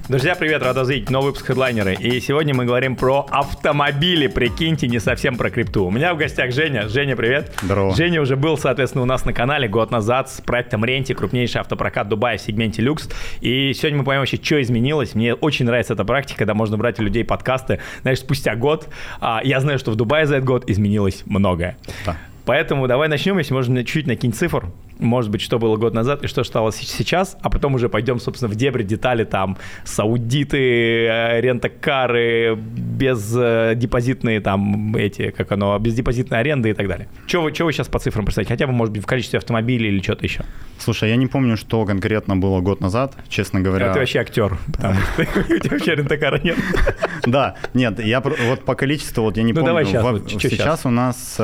Друзья, привет, рад вас видеть, новый выпуск Хедлайнеры. И сегодня мы говорим про автомобили, прикиньте, не совсем про крипту. У меня в гостях Женя. Женя, привет. Здорово. Женя уже был, соответственно, у нас на канале год назад с проектом Renty, крупнейший автопрокат Дубая в сегменте люкс. И сегодня мы поймем вообще, что изменилось. Мне очень нравится эта практика, когда можно брать у людей подкасты, знаешь, спустя год. Я знаю, что в Дубае за этот год изменилось многое. Да. Поэтому давай начнем, если можно, чуть накинь цифр. Может быть, что было год назад и что стало сейчас, а потом уже пойдем, собственно, в дебри, детали, там, саудиты, рентакары, бездепозитные, там, бездепозитные аренды и так далее. Что вы сейчас по цифрам представляете? Хотя бы, может быть, в количестве автомобилей или что-то еще? Слушай, я не помню, что конкретно было год назад, честно говоря. Ты вообще актер, потому что у тебя вообще рентакара нет. Да, нет, я вот по количеству, вот я не помню. Сейчас у нас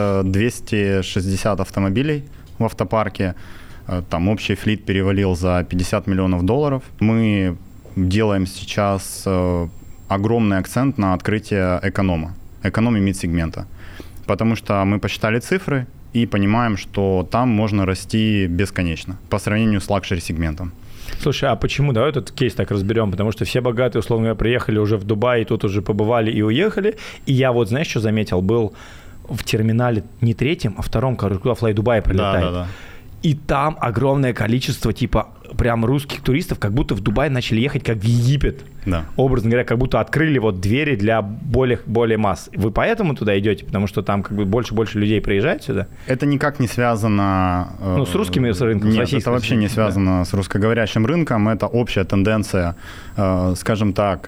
260 автомобилей в автопарке, там общий флит перевалил за $50 миллионов. Мы делаем сейчас огромный акцент на открытие экономи мид-сегмента, потому что мы посчитали цифры и понимаем, что там можно расти бесконечно по сравнению с лакшери-сегментом. Слушай, а почему? Давай этот кейс так разберем, потому что все богатые, условно говоря, приехали уже в Дубай, и тут уже побывали и уехали, и я вот, знаешь, что заметил, был в терминале не третьем, а втором, куда Fly Dubai прилетает. Да. И там огромное количество, типа, прям русских туристов, как будто в Дубай начали ехать, как в Египет. Да. Образно говоря, как будто открыли вот двери для более масс. Вы поэтому туда идете? Потому что там как бы больше людей приезжает сюда? Это никак не связано... с русскими рынком? Нет, это вообще не связано с русскоговорящим рынком. Это общая тенденция, скажем так,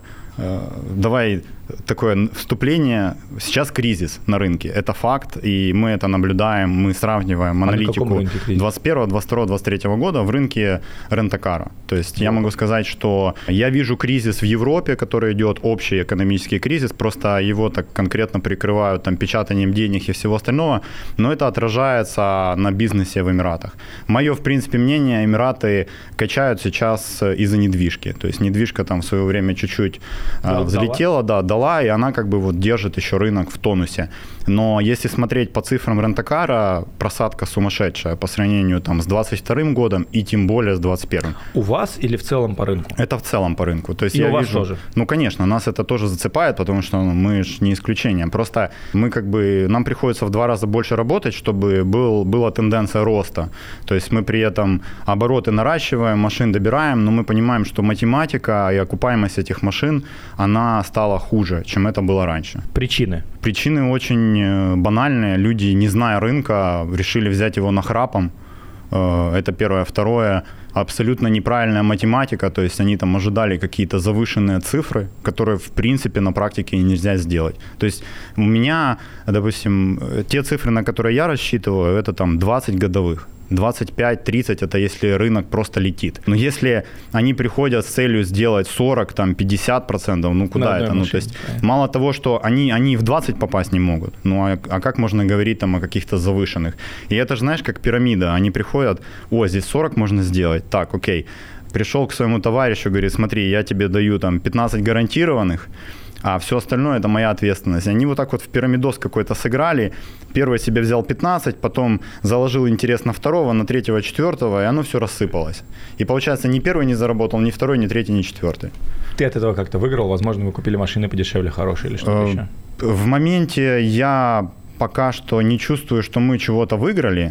давай такое вступление. Сейчас кризис на рынке. Это факт, и мы это наблюдаем, мы сравниваем аналитику 21, 22, 23 года в рынке рент-а-кара. То есть я могу сказать, что я вижу кризис в Европе, который идет, общий экономический кризис, просто его так конкретно прикрывают там печатанием денег и всего остального, но это отражается на бизнесе в Эмиратах. Мое, в принципе, мнение, Эмираты качают сейчас из-за недвижки. То есть недвижка там в свое время чуть-чуть взлетела, дала, и она как бы вот держит еще рынок в тонусе. Но если смотреть по цифрам рент-а-кара, просадка сумасшедшая по сравнению там с 22 годом и тем более с 21. У вас или в целом по рынку? Это в целом по рынку. То есть и я у вас вижу, тоже? Ну, конечно, нас это тоже зацепает, потому что мы же не исключение. Просто мы как бы, нам приходится в 2 раза больше работать, чтобы была тенденция роста. То есть мы при этом обороты наращиваем, машин добираем, но мы понимаем, что математика и окупаемость этих машин, она стала хуже, чем это было раньше. Причины? Причины очень банальные. Люди, не зная рынка, решили взять его нахрапом. Это первое. Второе, абсолютно неправильная математика, то есть они там ожидали какие-то завышенные цифры, которые в принципе на практике нельзя сделать. То есть у меня, допустим, те цифры, на которые я рассчитываю, это там 20 годовых. 25-30 это если рынок просто летит. Но если они приходят с целью сделать 40, там, 50%, ну куда это? Ну, то есть мало того, что они в 20 попасть не могут, ну а как можно говорить там о каких-то завышенных? И это же, знаешь, как пирамида. Они приходят, здесь 40 можно сделать, так, окей. Пришел к своему товарищу, говорит, смотри, я тебе даю там 15 гарантированных, а все остальное это моя ответственность. Они вот так вот в пирамидос какой-то сыграли. Первый себе взял 15, потом заложил интерес на второго, на третьего, четвертого, и оно все рассыпалось. И получается, ни первый не заработал, ни второй, ни третий, ни четвертый. Ты от этого как-то выиграл? Возможно, вы купили машины подешевле, хорошие или что-то еще? В моменте я пока что не чувствую, что мы чего-то выиграли.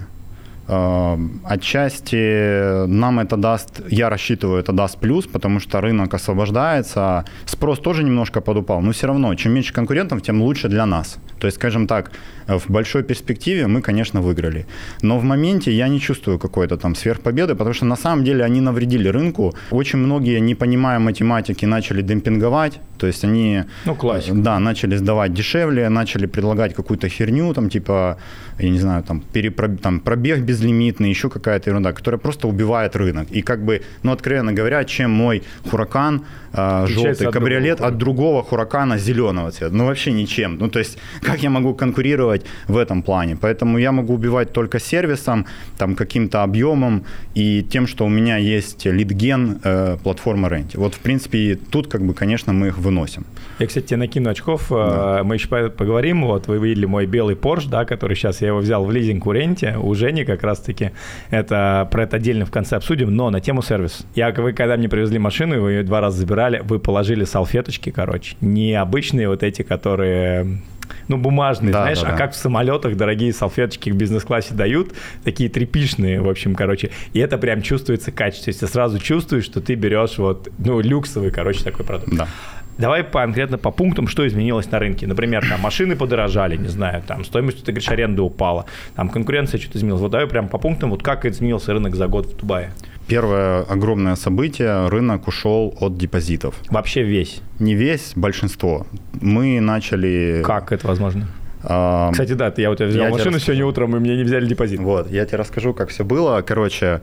Отчасти нам это даст, я рассчитываю, это даст плюс, потому что рынок освобождается, спрос тоже немножко подупал, но все равно, чем меньше конкурентов, тем лучше для нас. То есть, скажем так, в большой перспективе мы, конечно, выиграли. Но в моменте я не чувствую какой-то там сверхпобеды, потому что на самом деле они навредили рынку. Очень многие, не понимая математики, начали демпинговать. То есть они начали сдавать дешевле, начали предлагать какую-то херню, там, типа, я не знаю, там пробег безлимитный, еще какая-то ерунда, которая просто убивает рынок. И как бы, откровенно говоря, чем мой Huracan желтый кабриолет от другого Huracan зеленого цвета? Ну, вообще ничем. Ну, то есть, как я могу конкурировать в этом плане? Поэтому я могу убивать только сервисом, там, каким-то объемом и тем, что у меня есть лидген платформа Renty. Вот, в принципе, тут, как бы, конечно, мы их выносим. выносим. Я, кстати, тебе накину очков, мы еще поговорим. Вот вы видели мой белый Porsche, да, который сейчас я его взял в лизинг у Ренте, у Жени как раз-таки. Про это отдельно в конце обсудим, но на тему сервис. Вы когда мне привезли машину, вы ее 2 раза забирали, вы положили салфеточки, короче, не обычные вот эти, которые... бумажные, да, знаешь, да. Как в самолетах дорогие салфеточки в бизнес-классе дают, такие тряпичные, в общем, короче, и это прям чувствуется качество, то есть ты сразу чувствуешь, что ты берешь люксовый, короче, такой продукт. Да. Давай конкретно по пунктам, что изменилось на рынке. Например, там машины подорожали, не знаю, там стоимость, ты говоришь, аренды упала, там конкуренция что-то изменилась. Вот давай прям по пунктам, как изменился рынок за год в Дубае. Первое огромное событие, рынок ушел от депозитов. Вообще весь? Не весь, большинство. Мы начали... Как это возможно? Кстати, да, я взял машину сегодня утром, и мне не взяли депозит. Вот, я тебе расскажу, как все было. Короче,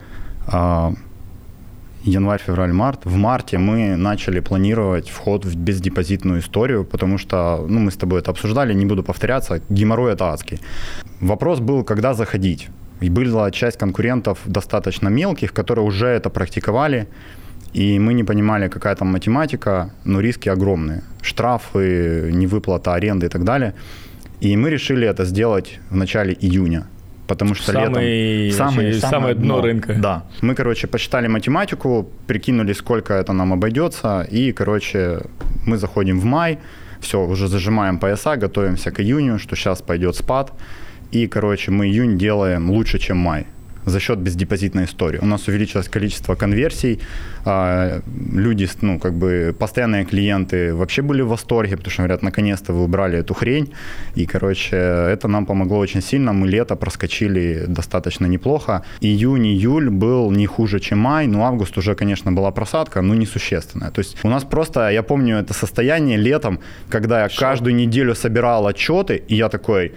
январь, февраль, март. В марте мы начали планировать вход в бездепозитную историю, потому что, мы с тобой это обсуждали, не буду повторяться, геморрой это адский. Вопрос был, когда заходить. И была часть конкурентов достаточно мелких, которые уже это практиковали, и мы не понимали, какая там математика, но риски огромные. Штрафы, невыплата аренды и так далее. И мы решили это сделать в начале июня. Потому что самое дно рынка. Да. Мы, посчитали математику, прикинули, сколько это нам обойдется, и, мы заходим в май, все, уже зажимаем пояса, готовимся к июню, что сейчас пойдет спад, и, мы июнь делаем лучше, чем май. За счет бездепозитной истории. У нас увеличилось количество конверсий, люди, постоянные клиенты вообще были в восторге, потому что говорят, наконец-то вы убрали эту хрень, и, это нам помогло очень сильно, мы лето проскочили достаточно неплохо. Июнь, июль был не хуже, чем май, но август уже, конечно, была просадка, но несущественная. То есть у нас просто, я помню это состояние летом, когда я каждую неделю собирал отчеты, и я такой,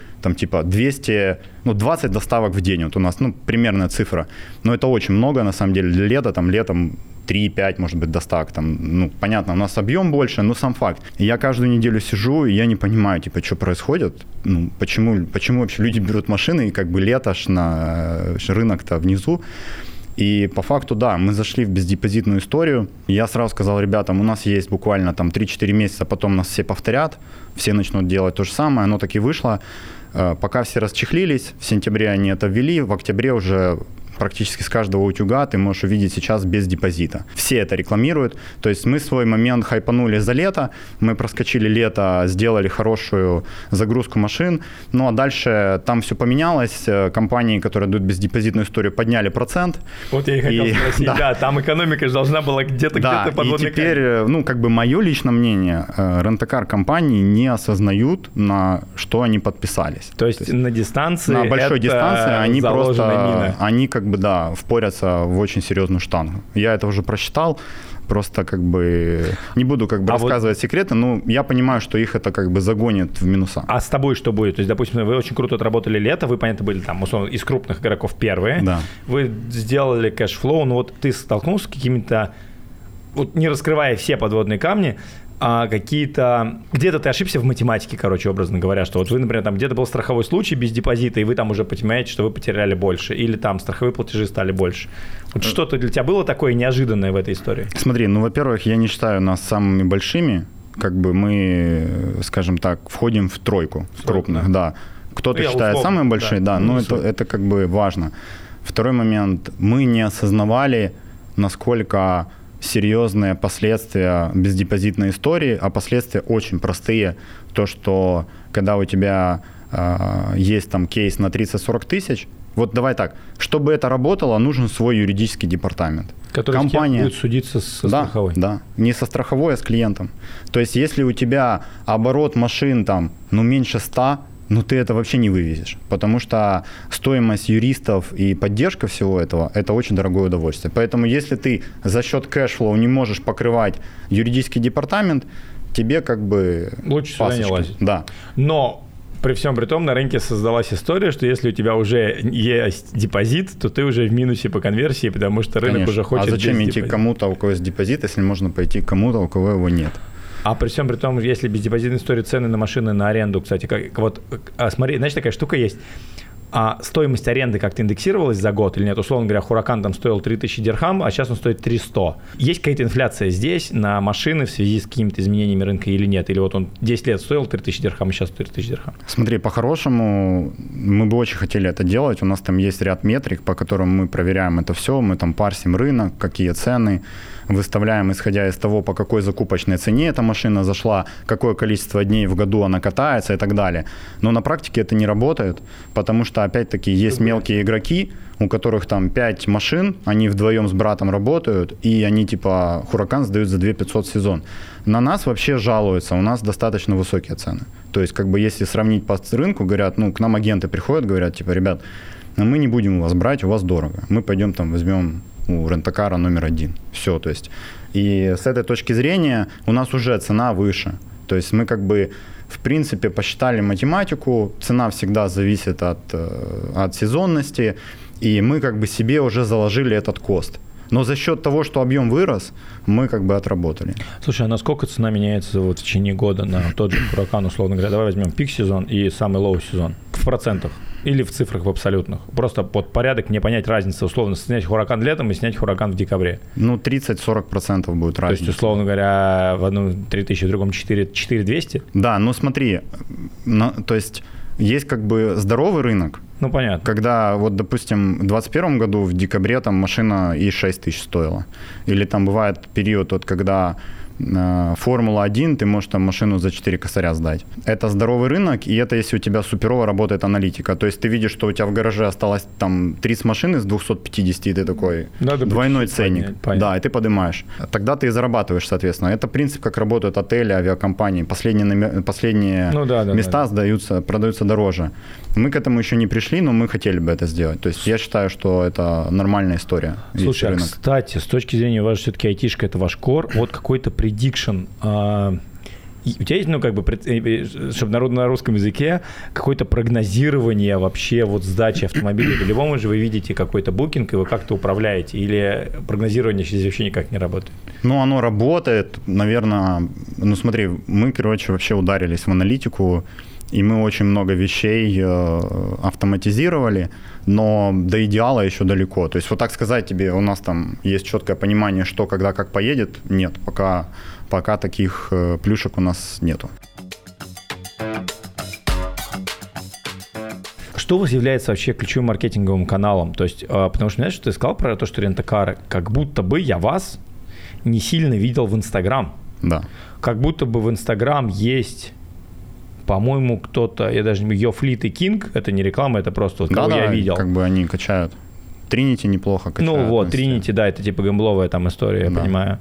20 доставок в день, вот у нас, примерная цифра, но это очень много, на самом деле, для лета, летом 3-5, может быть, доставок, понятно, у нас объем больше, но сам факт. Я каждую неделю сижу, и я не понимаю, что происходит, почему вообще люди берут машины, и лето рынок-то внизу. И по факту, да, мы зашли в бездепозитную историю. Я сразу сказал ребятам, у нас есть буквально 3-4 месяца, потом нас все повторят, все начнут делать то же самое, оно так и вышло. Пока все расчехлились, в сентябре они это ввели, в октябре уже практически с каждого утюга ты можешь увидеть сейчас без депозита. Все это рекламируют. То есть мы свой момент хайпанули за лето, мы проскочили лето, сделали хорошую загрузку машин, а дальше там все поменялось. Компании, которые дают бездепозитную историю, подняли процент. Вот я и хотел спросить, да, там экономика же должна была где-то подводной. И теперь, мое личное мнение, рент-а-кар компании не осознают, на что они подписались. То есть на дистанции, на большой дистанции они просто, они впорятся в очень серьезную штангу. Я это уже просчитал, просто не буду рассказывать секреты, но я понимаю, что их это загонит в минуса. А с тобой что будет? То есть, допустим, вы очень круто отработали лето, вы, понятно, были условно, из крупных игроков первые, да. Вы сделали кэшфлоу, ты столкнулся с какими-то, не раскрывая все подводные камни, а где-то ты ошибся в математике, образно говоря, что вы, например, где-то был страховой случай без депозита, и вы уже понимаете, что вы потеряли больше, или страховые платежи стали больше. Что-то для тебя было такое неожиданное в этой истории? Смотри, во-первых, я не считаю нас самыми большими, мы, скажем так, входим в тройку крупных, да. Кто-то считает самые большие, да, но это важно. Второй момент, мы не осознавали, насколько серьезные последствия бездепозитной истории, а последствия очень простые. То, что когда у тебя есть кейс на 30-40 тысяч, давай так, чтобы это работало, нужен свой юридический департамент. Который будет судиться со страховой. Да, не со страховой, а с клиентом. То есть, если у тебя оборот машин меньше 100, ты это вообще не вывезешь, потому что стоимость юристов и поддержка всего этого – это очень дорогое удовольствие. Поэтому если ты за счет кэшфлоу не можешь покрывать юридический департамент, тебе лучше сюда не лазить. Да. Но при всем при том на рынке создалась история, что если у тебя уже есть депозит, то ты уже в минусе по конверсии, потому что рынок уже хочет. А зачем идти к кому-то, у кого есть депозит, если можно пойти к кому-то, у кого его нет? А при всем при том, если бездепозитная история, цены на машины на аренду, кстати, смотри, знаешь, такая штука есть. А стоимость аренды как-то индексировалась за год или нет? Условно говоря, Huracan там стоил 3000 дирхам, а сейчас он стоит 300. Есть какая-то инфляция здесь на машины в связи с какими-то изменениями рынка или нет? Или вот он 10 лет стоил 3000 дирхам, а сейчас стоит 3000 дирхам? Смотри, по-хорошему, мы бы очень хотели это делать. У нас там есть ряд метрик, по которым мы проверяем это все. Мы там парсим рынок, какие цены, выставляем, исходя из того, по какой закупочной цене эта машина зашла, какое количество дней в году она катается и так далее. Но на практике это не работает, потому что, опять-таки, есть мелкие игроки, у которых там 5 машин, они вдвоем с братом работают, и они типа Huracan сдают за 2500 сезон. На нас вообще жалуются, у нас достаточно высокие цены. То есть, как бы, если сравнить по рынку, говорят, ну, к нам агенты приходят, говорят, типа, ребят, мы не будем у вас брать, у вас дорого. Мы пойдем там возьмем у рент-а-кара номер 1. Все, то есть. И с этой точки зрения у нас уже цена выше. То есть мы как бы, в принципе, посчитали математику, цена всегда зависит от сезонности, и мы как бы себе уже заложили этот кост. Но за счет того, что объем вырос, мы как бы отработали. Слушай, а насколько цена меняется вот в течение года на тот же Huracan, условно говоря? Давай возьмем пик-сезон и самый лоу-сезон. В процентах или в цифрах в абсолютных? Просто под порядок мне понять разницу. Условно, снять Huracan летом и снять Huracan в декабре. Ну, 30-40% будет разница. То есть, условно говоря, в одном 3000, в другом 4200? Да, ну смотри, то есть есть как бы здоровый рынок. Ну, понятно. Когда, вот, допустим, в 2021 году в декабре там машина и 6 тысяч стоила. Или там бывает период, вот, когда Формула-1, ты можешь там машину за 4 косаря сдать. Это здоровый рынок, и это если у тебя суперово работает аналитика. То есть ты видишь, что у тебя в гараже осталось там 30 машин из 250, и ты такой, надо двойной ценник. Понять. Да, и ты поднимаешь. Тогда ты и зарабатываешь, соответственно. Это принцип, как работают отели, авиакомпании. Последние места продаются дороже. Мы к этому еще не пришли, но мы хотели бы это сделать. То есть я считаю, что это нормальная история. Слушай, а кстати, с точки зрения вашей все-таки айтишка, это ваш кор, вот какой-то предикшн. У тебя есть, ну, как бы, чтобы на русском языке, какое-то прогнозирование вообще вот сдачи автомобиля? По-любому же вы видите какой-то букинг, и вы как-то управляете, или прогнозирование здесь вообще никак не работает? Ну, оно работает, наверное. Ну, смотри, мы, короче, вообще ударились в аналитику, и мы очень много вещей автоматизировали, но до идеала еще далеко. То есть вот так сказать тебе, у нас там есть четкое понимание, что, когда, как поедет, нет, пока таких плюшек у нас нету. Что у вас является вообще ключевым маркетинговым каналом? То есть, потому что, знаешь, что ты сказал про то, что рент-а-кары, как будто бы я вас не сильно видел в Инстаграм. Да. Как будто бы в Инстаграм есть... По-моему, кто-то, я даже не знаю, Йофлит и Кинг, это не реклама, это просто вот кого я видел. Как бы они качают. Тринити неплохо качают. Ну вот, Тринити, да, это типа гэмбловая там история, я понимаю.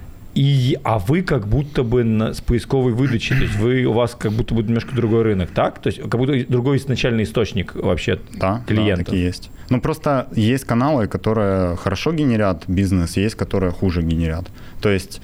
А вы как будто бы с поисковой выдачей, то есть у вас как будто бы немножко другой рынок, так? То есть как будто другой изначальный источник вообще клиентов. Да, такие есть. Ну просто есть каналы, которые хорошо генерят бизнес, есть, которые хуже генерят. То есть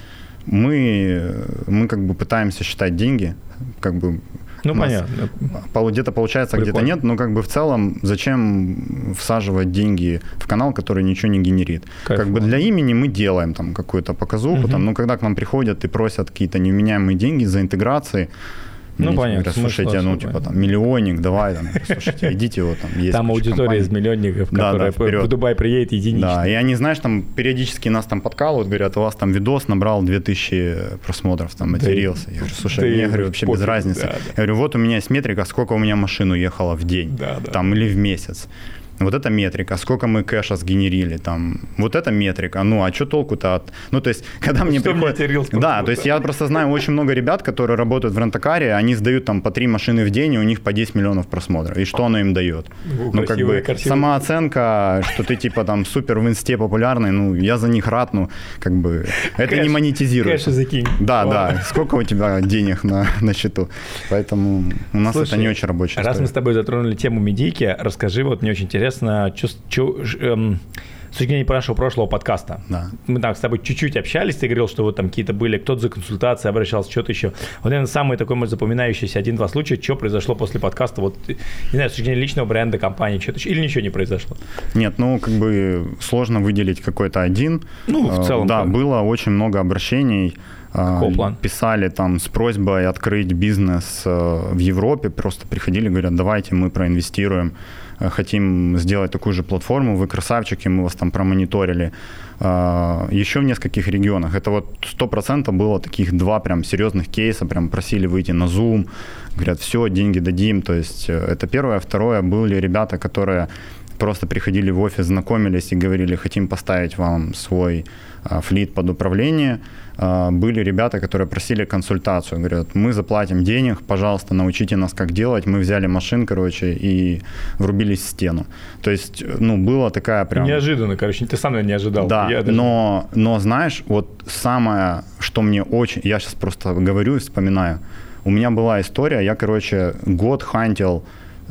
мы как бы пытаемся считать деньги, как бы. Ну, понятно. Где-то получается, прикольно. Где-то нет, но как бы в целом зачем всаживать деньги в канал, который ничего не генерит? Кайфово. Как бы для имени мы делаем там какую-то показуху, там, но когда к нам приходят и просят какие-то невменяемые деньги за интеграции, ну, понятно. Говорят, слушайте, ну, типа, там, миллионник, давай, там, слушайте, идите, вот там есть. Там аудитория компаний. из миллионников, которая в Дубай приедет единично. Да, и они, знаешь, там периодически нас там подкалывают, говорят, у вас там видос набрал 2000 просмотров, там, матерился. Я говорю, слушай, мне, говорю, вообще без разницы. Да. Я говорю, вот у меня есть метрика, сколько у меня машин уехало в день, там, или в месяц. Вот эта метрика, сколько мы кэша сгенерили, там, вот эта метрика, ну, а что толку-то от... Ну, то есть, когда мне приходит... Да, то есть, я просто знаю очень много ребят, которые работают в рент-а-каре, они сдают там по 3 машины в день, и у них по 10 миллионов просмотров. И что оно им дает? Ну, как бы, самооценка, что ты, типа, там, супер в инсте популярный, ну, я за них рад, ну, как бы, это не монетизируется. Кэша закинь. Да, сколько у тебя денег на счету? Поэтому у нас это не очень рабочая история. Раз мы с тобой затронули тему медийки, расскажи, вот мне очень интересно, с точки зрения нашего прошлого подкаста. Да. Мы там с тобой чуть-чуть общались, ты говорил, что вот там какие-то были, кто-то за консультацией обращался, что-то еще. Вот, наверное, самый такой, может, запоминающийся 1-2 случая, что произошло после подкаста, вот, не знаю, с точки зрения личного бренда, компании, что-то еще, или ничего не произошло? Нет, ну, как бы сложно выделить какой-то один. Ну, в целом. Да, было очень много обращений. Писали там с просьбой открыть бизнес в Европе, просто приходили, говорят, давайте мы проинвестируем, хотим сделать такую же платформу, вы красавчики, мы вас там промониторили. Еще в нескольких регионах. Это вот 100% было таких 2 прям серьезных кейса, прям просили выйти на Zoom, говорят, все, деньги дадим. То есть это первое. Второе, были ребята, которые просто приходили в офис, знакомились и говорили, хотим поставить вам свой флит под управление. Были ребята, которые просили консультацию, говорят, мы заплатим денег, пожалуйста, научите нас, как делать. Мы взяли машин, и врубились в стену. То есть, была такая прям... Неожиданно, ты сам, наверное, не ожидал. Да, но знаешь, вот самое, что мне очень... Я сейчас просто говорю и вспоминаю. У меня была история, я, год хантил,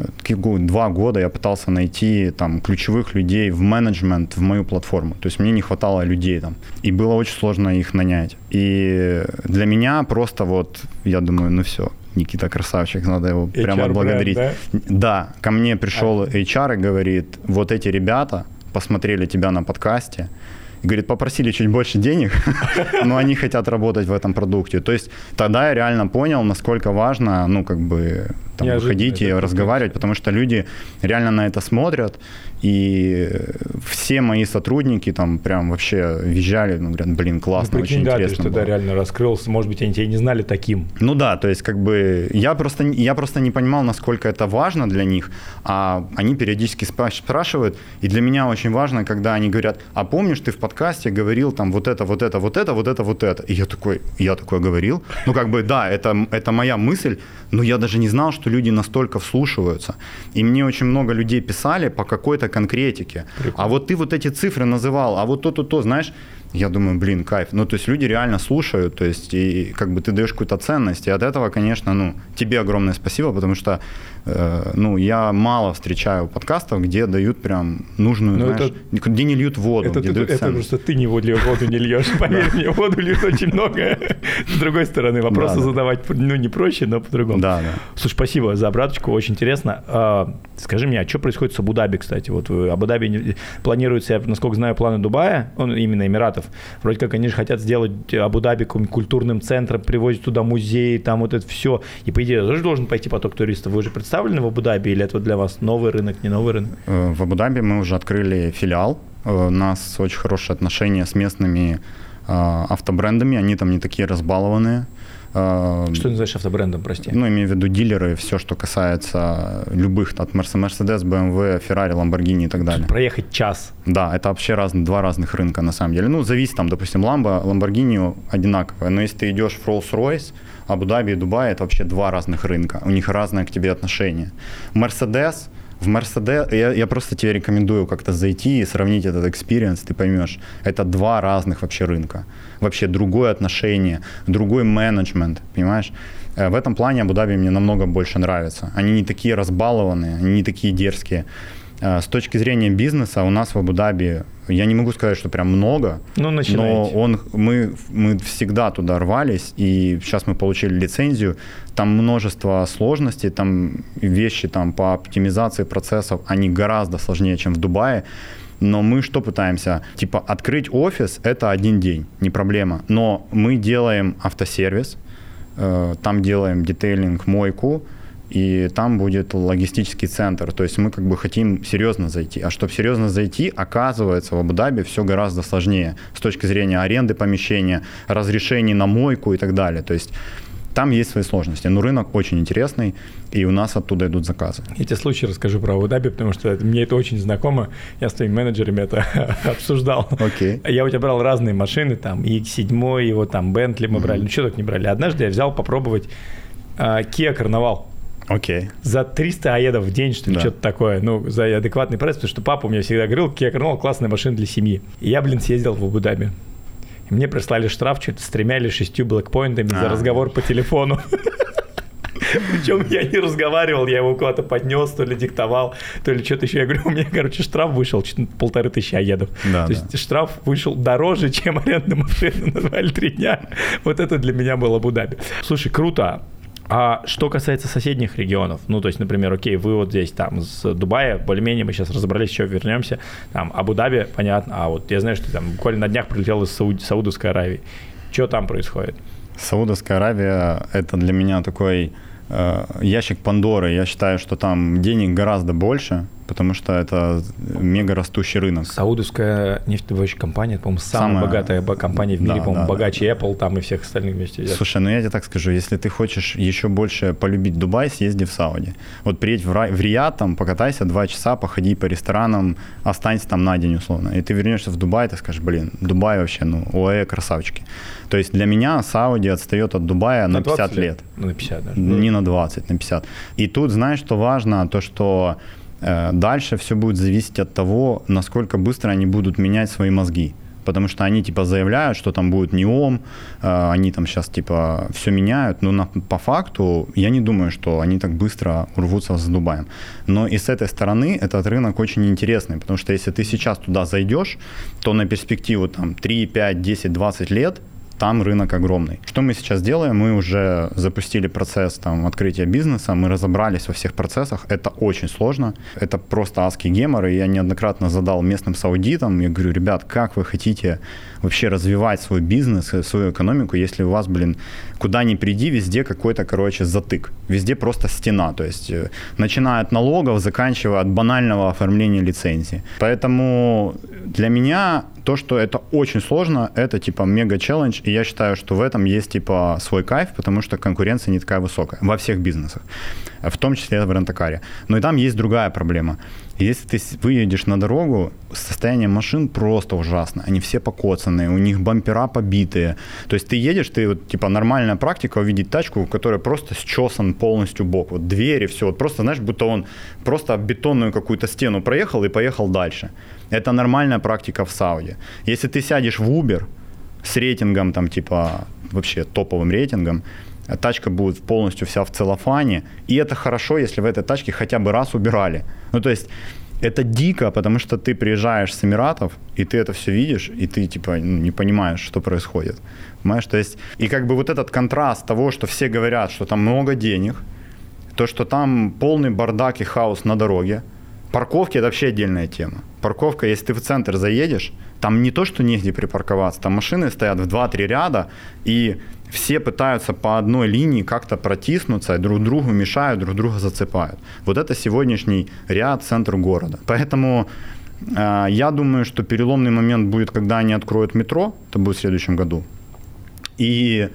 2 года я пытался найти там ключевых людей в менеджмент, в мою платформу. То есть мне не хватало людей там. И было очень сложно их нанять. И для меня просто я думаю, все, Никита красавчик, надо его HR прямо отблагодарить. Бренд, да, ко мне пришел HR и говорит, вот эти ребята посмотрели тебя на подкасте, и говорит, попросили чуть больше денег, но они хотят работать в этом продукте. То есть тогда я реально понял, насколько важно, выходить и разговаривать, потому что люди реально на это смотрят, и все мои сотрудники там прям вообще визжали, говорят, блин, классно, очень интересно. Ты тогда реально раскрылся, может быть, они тебя не знали таким. То есть я просто не понимал, насколько это важно для них, а они периодически спрашивают, и для меня очень важно, когда они говорят, а помнишь, ты в подкасте говорил там вот это. И я такой говорил. Да, это моя мысль, но я даже не знал, что люди настолько вслушиваются. И мне очень много людей писали по какой-то конкретике. Прикольно. А вот ты вот эти цифры называл, а вот то, знаешь, я думаю, блин, кайф. То есть люди реально слушают, то есть и ты даешь какую-то ценность. И от этого, конечно, тебе огромное спасибо, потому что я мало встречаю подкастов, где дают прям нужную, где не льют воду, где дают ценность. Это просто ты воду не льешь. Поверь мне, воду льют очень много. С другой стороны, вопросы задавать не проще, но по-другому. Да. Слушай, спасибо за обраточку, очень интересно. Скажи мне, а что происходит с Абу-Даби, кстати? Вот в Абу-Даби планируется, насколько знаю, планы Дубая, именно Эмиратов. Вроде как они же хотят сделать Абу-Даби культурным центром, привозить туда музеи, там вот это все. И по идее тоже должен пойти поток туристов. Вы уже представлены в Абу-Даби или это для вас новый рынок, не новый рынок? В Абу-Даби мы уже открыли филиал. У нас очень хорошие отношения с местными автобрендами. Они там не такие разбалованные. Что ты называешь автобрендом, прости? Имею в виду дилеры, все, что касается любых, от Mercedes, BMW, Ferrari, Lamborghini и так далее. Проехать час. Да, это вообще 2 разных рынка на самом деле. Зависит, допустим, Lamborghini одинаковые, но если ты идешь в Rolls-Royce, Абу-Даби и Дубай, это вообще 2 разных рынка, у них разное к тебе отношение. В Mercedes, я просто тебе рекомендую как-то зайти и сравнить этот экспириенс, ты поймешь, это 2 разных вообще рынка, вообще другое отношение, другой менеджмент, понимаешь? В этом плане Абу-Даби мне намного больше нравится. Они не такие разбалованные, они не такие дерзкие. С точки зрения бизнеса у нас в Абу-Даби, я не могу сказать, что прям много, но мы всегда туда рвались, и сейчас мы получили лицензию, там множество сложностей, там вещи по оптимизации процессов, они гораздо сложнее, чем в Дубае, но мы что пытаемся? Открыть офис – это 1 день, не проблема, но мы делаем автосервис, там делаем детейлинг, мойку, и там будет логистический центр. То есть мы хотим серьезно зайти. А чтобы серьезно зайти, оказывается, в Абу-Даби все гораздо сложнее с точки зрения аренды помещения, разрешений на мойку и так далее. То есть там есть свои сложности. Но рынок очень интересный, и у нас оттуда идут заказы. Я тебе случай расскажу про Абу-Даби, потому что мне это очень знакомо. Я с твоими менеджерами это обсуждал. Okay. Я у тебя брал разные машины, там X7, его там Bentley мы брали. Что так не брали? Однажды я взял попробовать Kia Carnival. Okay. За 300 аедов в день, что ли, что-то такое. За адекватный прайс, потому что папа у меня всегда говорил, Kia Carnival классная машина для семьи. И я, съездил в Абу-Даби. И мне прислали штраф что-то с 3 или 6 блэкпоинтами за разговор по телефону. Причем я не разговаривал, я его куда-то поднес, то ли диктовал, то ли что-то еще. Я говорю, у меня, штраф вышел 1500 аедов. То есть штраф вышел дороже, чем аренда машины. Назвали 3 дня. Вот это для меня было Абу-Даби. Слушай, круто. А что касается соседних регионов, то есть, например, окей, вы вот здесь там с Дубая, более-менее мы сейчас разобрались, еще вернемся, там Абу-Даби, понятно, а вот я знаю, что там буквально на днях прилетел из Саудовской Аравии. Что там происходит? Саудовская Аравия – это для меня такой ящик Пандоры. Я считаю, что там денег гораздо больше, потому что это мега растущий рынок. Саудовская нефтедобывающая компания, по-моему, самая богатая компания в мире, по-моему, богаче Apple там и всех остальных вместе. Слушай, ну я тебе так скажу, если ты хочешь еще больше полюбить Дубай, съезди в Сауди. Вот приедь в Рияд, там, покатайся 2 часа, походи по ресторанам, останься там на день условно. И ты вернешься в Дубай, ты скажешь, блин, Дубай вообще, ОАЭ красавчики. То есть для меня Сауди отстает от Дубая на 50 лет. На 50 даже. Не на 20, на 50. И тут, знаешь, что важно? То, что дальше все будет зависеть от того, насколько быстро они будут менять свои мозги. Потому что они типа заявляют, что там будет НИОМ, они там сейчас типа все меняют, но по факту я не думаю, что они так быстро урвутся с Дубаем. Но и с этой стороны этот рынок очень интересный, потому что если ты сейчас туда зайдешь, то на перспективу там 3, 5, 10, 20 лет там рынок огромный. Что мы сейчас делаем? Мы уже запустили процесс там, открытия бизнеса, мы разобрались во всех процессах. Это очень сложно. Это просто адский гемор. И я неоднократно задал местным саудитам, я говорю, ребят, как вы хотите вообще развивать свой бизнес, свою экономику, если у вас, куда ни приди, везде какой-то, затык. Везде просто стена. То есть, начиная от налогов, заканчивая от банального оформления лицензии. Поэтому для меня то, что это очень сложно, это типа мега-челлендж, и я считаю, что в этом есть типа свой кайф, потому что конкуренция не такая высокая во всех бизнесах, в том числе в рент-а-каре. Но и там есть другая проблема. Если ты выедешь на дорогу, состояние машин просто ужасно. Они все покоцанные, у них бампера побитые. То есть ты едешь, типа нормальная практика увидеть тачку, у которой просто счесан полностью бок. Вот двери, все. Вот просто, знаешь, будто он просто бетонную какую-то стену проехал и поехал дальше. Это нормальная практика в Сауди. Если ты сядешь в Uber с рейтингом, там, типа, вообще топовым рейтингом, тачка будет полностью вся в целлофане, и это хорошо, если в этой тачке хотя бы раз убирали. Ну, то есть, это дико, потому что ты приезжаешь с Эмиратов, и ты это все видишь, и ты, типа, не понимаешь, что происходит. Понимаешь? То есть, и как бы вот этот контраст того, что все говорят, что там много денег, то, что там полный бардак и хаос на дороге. Парковки – это вообще отдельная тема. Парковка, если ты в центр заедешь, там не то, что негде припарковаться, там машины стоят в 2-3 ряда, и все пытаются по одной линии как-то протиснуться, и друг другу мешают, друг друга зацепают. Вот это сегодняшний ряд, центр города. Поэтому я думаю, что переломный момент будет, когда они откроют метро, это будет в следующем году. И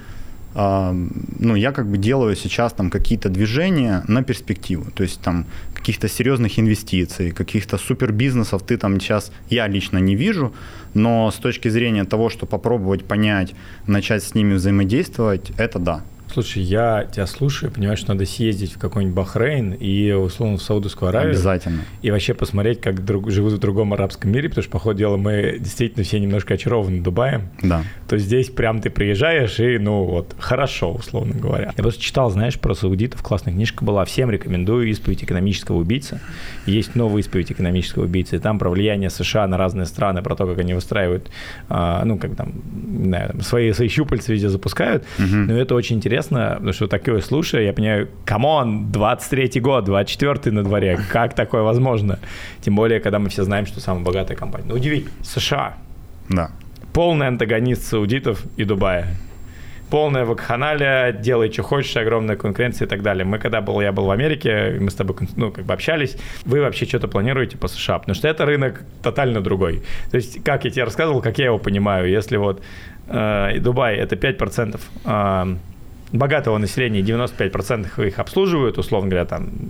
я как бы делаю сейчас там какие-то движения на перспективу, то есть там каких-то серьезных инвестиций, каких-то супербизнесов ты там сейчас, я лично не вижу, но с точки зрения того, что попробовать понять, начать с ними взаимодействовать, это да. Слушай, я тебя слушаю, понимаю, что надо съездить в какой-нибудь Бахрейн и, условно, в Саудовскую Аравию. Обязательно. И вообще посмотреть, как живут в другом арабском мире, потому что, по ходу дела, мы действительно все немножко очарованы Дубаем. Да. То здесь прям ты приезжаешь и, хорошо, условно говоря. Я просто читал, знаешь, про саудитов, классная книжка была. Всем рекомендую «Исповедь экономического убийцы». Есть новая «Исповедь экономического убийцы». Там про влияние США на разные страны, про то, как они выстраивают, свои щупальца везде запускают. Угу. Но это очень интересно. Потому что такое слушаю, я понимаю, камон, 23-й год, 24-й на дворе, как такое возможно? Тем более, когда мы все знаем, что самая богатая компания. Удивительно, США. Да. Полный антагонист саудитов и Дубая. Полная вакханалия, делай, что хочешь, огромная конкуренция и так далее. Я был в Америке, мы с тобой общались. Вы вообще что-то планируете по США? Потому что это рынок тотально другой. То есть, как я тебе рассказывал, как я его понимаю, если Дубай – это 5%, богатого населения, 95% их обслуживают, условно говоря,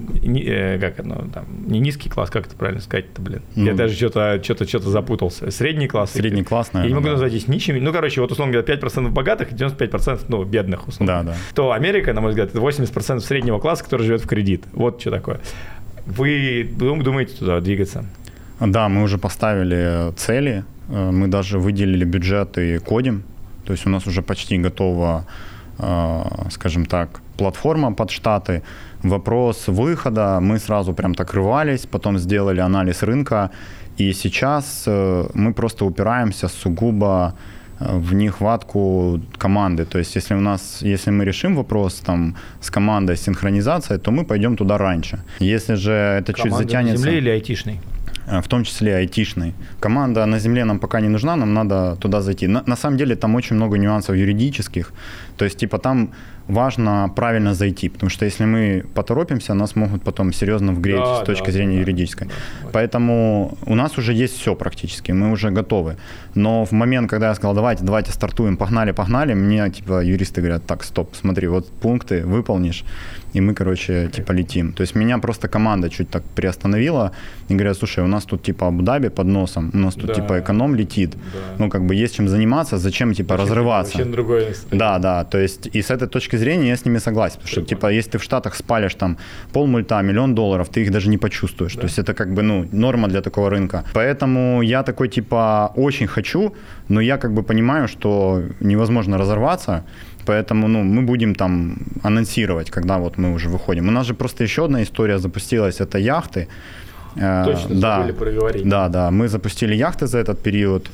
не низкий класс, как это правильно сказать-то, Я даже что-то запутался. Средний класс. Средний класс, наверное. Я не могу назвать здесь ничем. условно говоря, 5% богатых и 95% бедных, условно. Да. То Америка, на мой взгляд, это 80% среднего класса, который живет в кредит. Вот что такое. Вы думаете туда двигаться? Да, мы уже поставили цели, мы даже выделили бюджет и кодим. То есть у нас уже почти готова, скажем так, платформа под Штаты. Вопрос выхода, мы сразу прям так рвались, потом сделали анализ рынка, и сейчас мы просто упираемся сугубо в нехватку команды. То есть если мы решим вопрос там с командой синхронизации, то мы пойдем туда раньше. Если же это чуть затянется... Команда на земле или айтишный? в том числе айтишной. Команда на земле нам пока не нужна, нам надо туда зайти. На самом деле там очень много нюансов юридических, то есть типа там важно правильно зайти, потому что если мы поторопимся, нас могут потом серьезно вгреть с точки зрения юридической. Поэтому у нас уже есть все практически, мы уже готовы. Но в момент, когда я сказал, давайте стартуем, погнали, мне типа юристы говорят, так, стоп, смотри, вот пункты выполнишь, и мы, короче, типа летим. То есть меня просто команда чуть так приостановила и говорят, слушай, у нас тут типа Абу-Даби под носом, у нас тут типа эконом летит, ну как бы есть чем заниматься, зачем типа разрываться. Вообще другое. Да, то есть и с этой точки зрения я с ними согласен, потому что типа если ты в Штатах спалишь там полмульта, $1 миллион, ты их даже не почувствуешь, то есть это как бы норма для такого рынка. Поэтому я такой типа очень хочу, но я как бы понимаю, что невозможно разорваться. Поэтому мы будем там анонсировать, когда вот мы уже выходим. У нас же просто еще одна история запустилась, это яхты. Точно, забыли проговорить. Да, мы запустили яхты за этот период,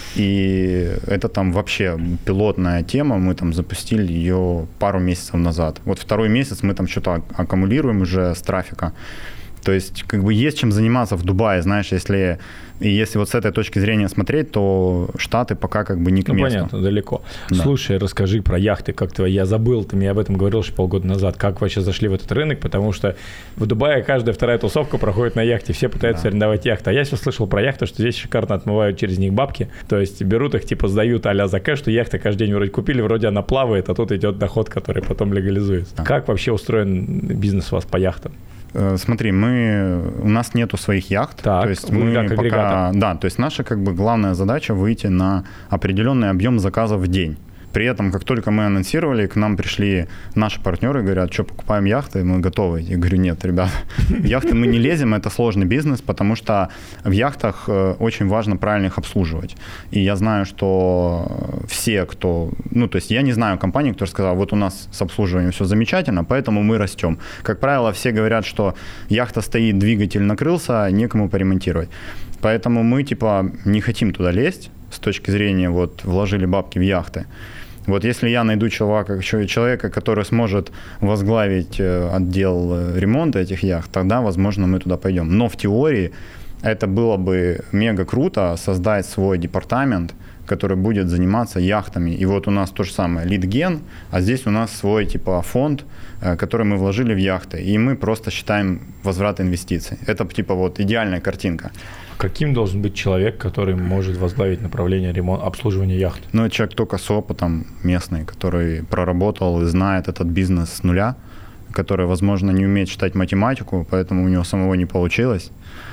и это там вообще пилотная тема, мы там запустили ее пару месяцев назад. Вот второй месяц мы там что-то аккумулируем уже с трафика. То есть как бы есть чем заниматься в Дубае, знаешь, если вот с этой точки зрения смотреть, то Штаты пока как бы не к месту. Понятно, далеко. Да. Слушай, расскажи про яхты, я забыл, ты мне об этом говорил еще полгода назад, как вообще зашли в этот рынок, потому что в Дубае каждая вторая тусовка проходит на яхте, все пытаются арендовать яхты, а я все слышал про яхты, что здесь шикарно отмывают через них бабки, то есть берут их, типа сдают а-ля за кэш, что яхта каждый день вроде купили, вроде она плавает, а тут идет доход, который потом легализуется. Да. Как вообще устроен бизнес у вас по яхтам? Смотри, у нас нету своих яхт, так, то есть мы пока, да, то есть наша как бы главная задача выйти на определенный объем заказов в день. При этом, как только мы анонсировали, к нам пришли наши партнеры, говорят, что покупаем яхты, мы готовы. Я говорю, нет, ребят, в яхты мы не лезем, это сложный бизнес, потому что в яхтах очень важно правильно их обслуживать. И я знаю, что все, то есть я не знаю компании, кто сказал, вот у нас с обслуживанием все замечательно, поэтому мы растем. Как правило, все говорят, что яхта стоит, двигатель накрылся, некому поремонтировать. Поэтому мы типа не хотим туда лезть с точки зрения вот вложили бабки в яхты. Вот если я найду человека, который сможет возглавить отдел ремонта этих яхт, тогда, возможно, мы туда пойдем. Но в теории это было бы мега круто создать свой департамент, который будет заниматься яхтами. И вот у нас то же самое, лид-ген, а здесь у нас свой типа фонд, который мы вложили в яхты. И мы просто считаем возврат инвестиций. Это типа вот идеальная картинка. Каким должен быть человек, который может возглавить направление обслуживания яхт? Это человек только с опытом местный, который проработал и знает этот бизнес с нуля, который, возможно, не умеет читать математику, поэтому у него самого не получилось.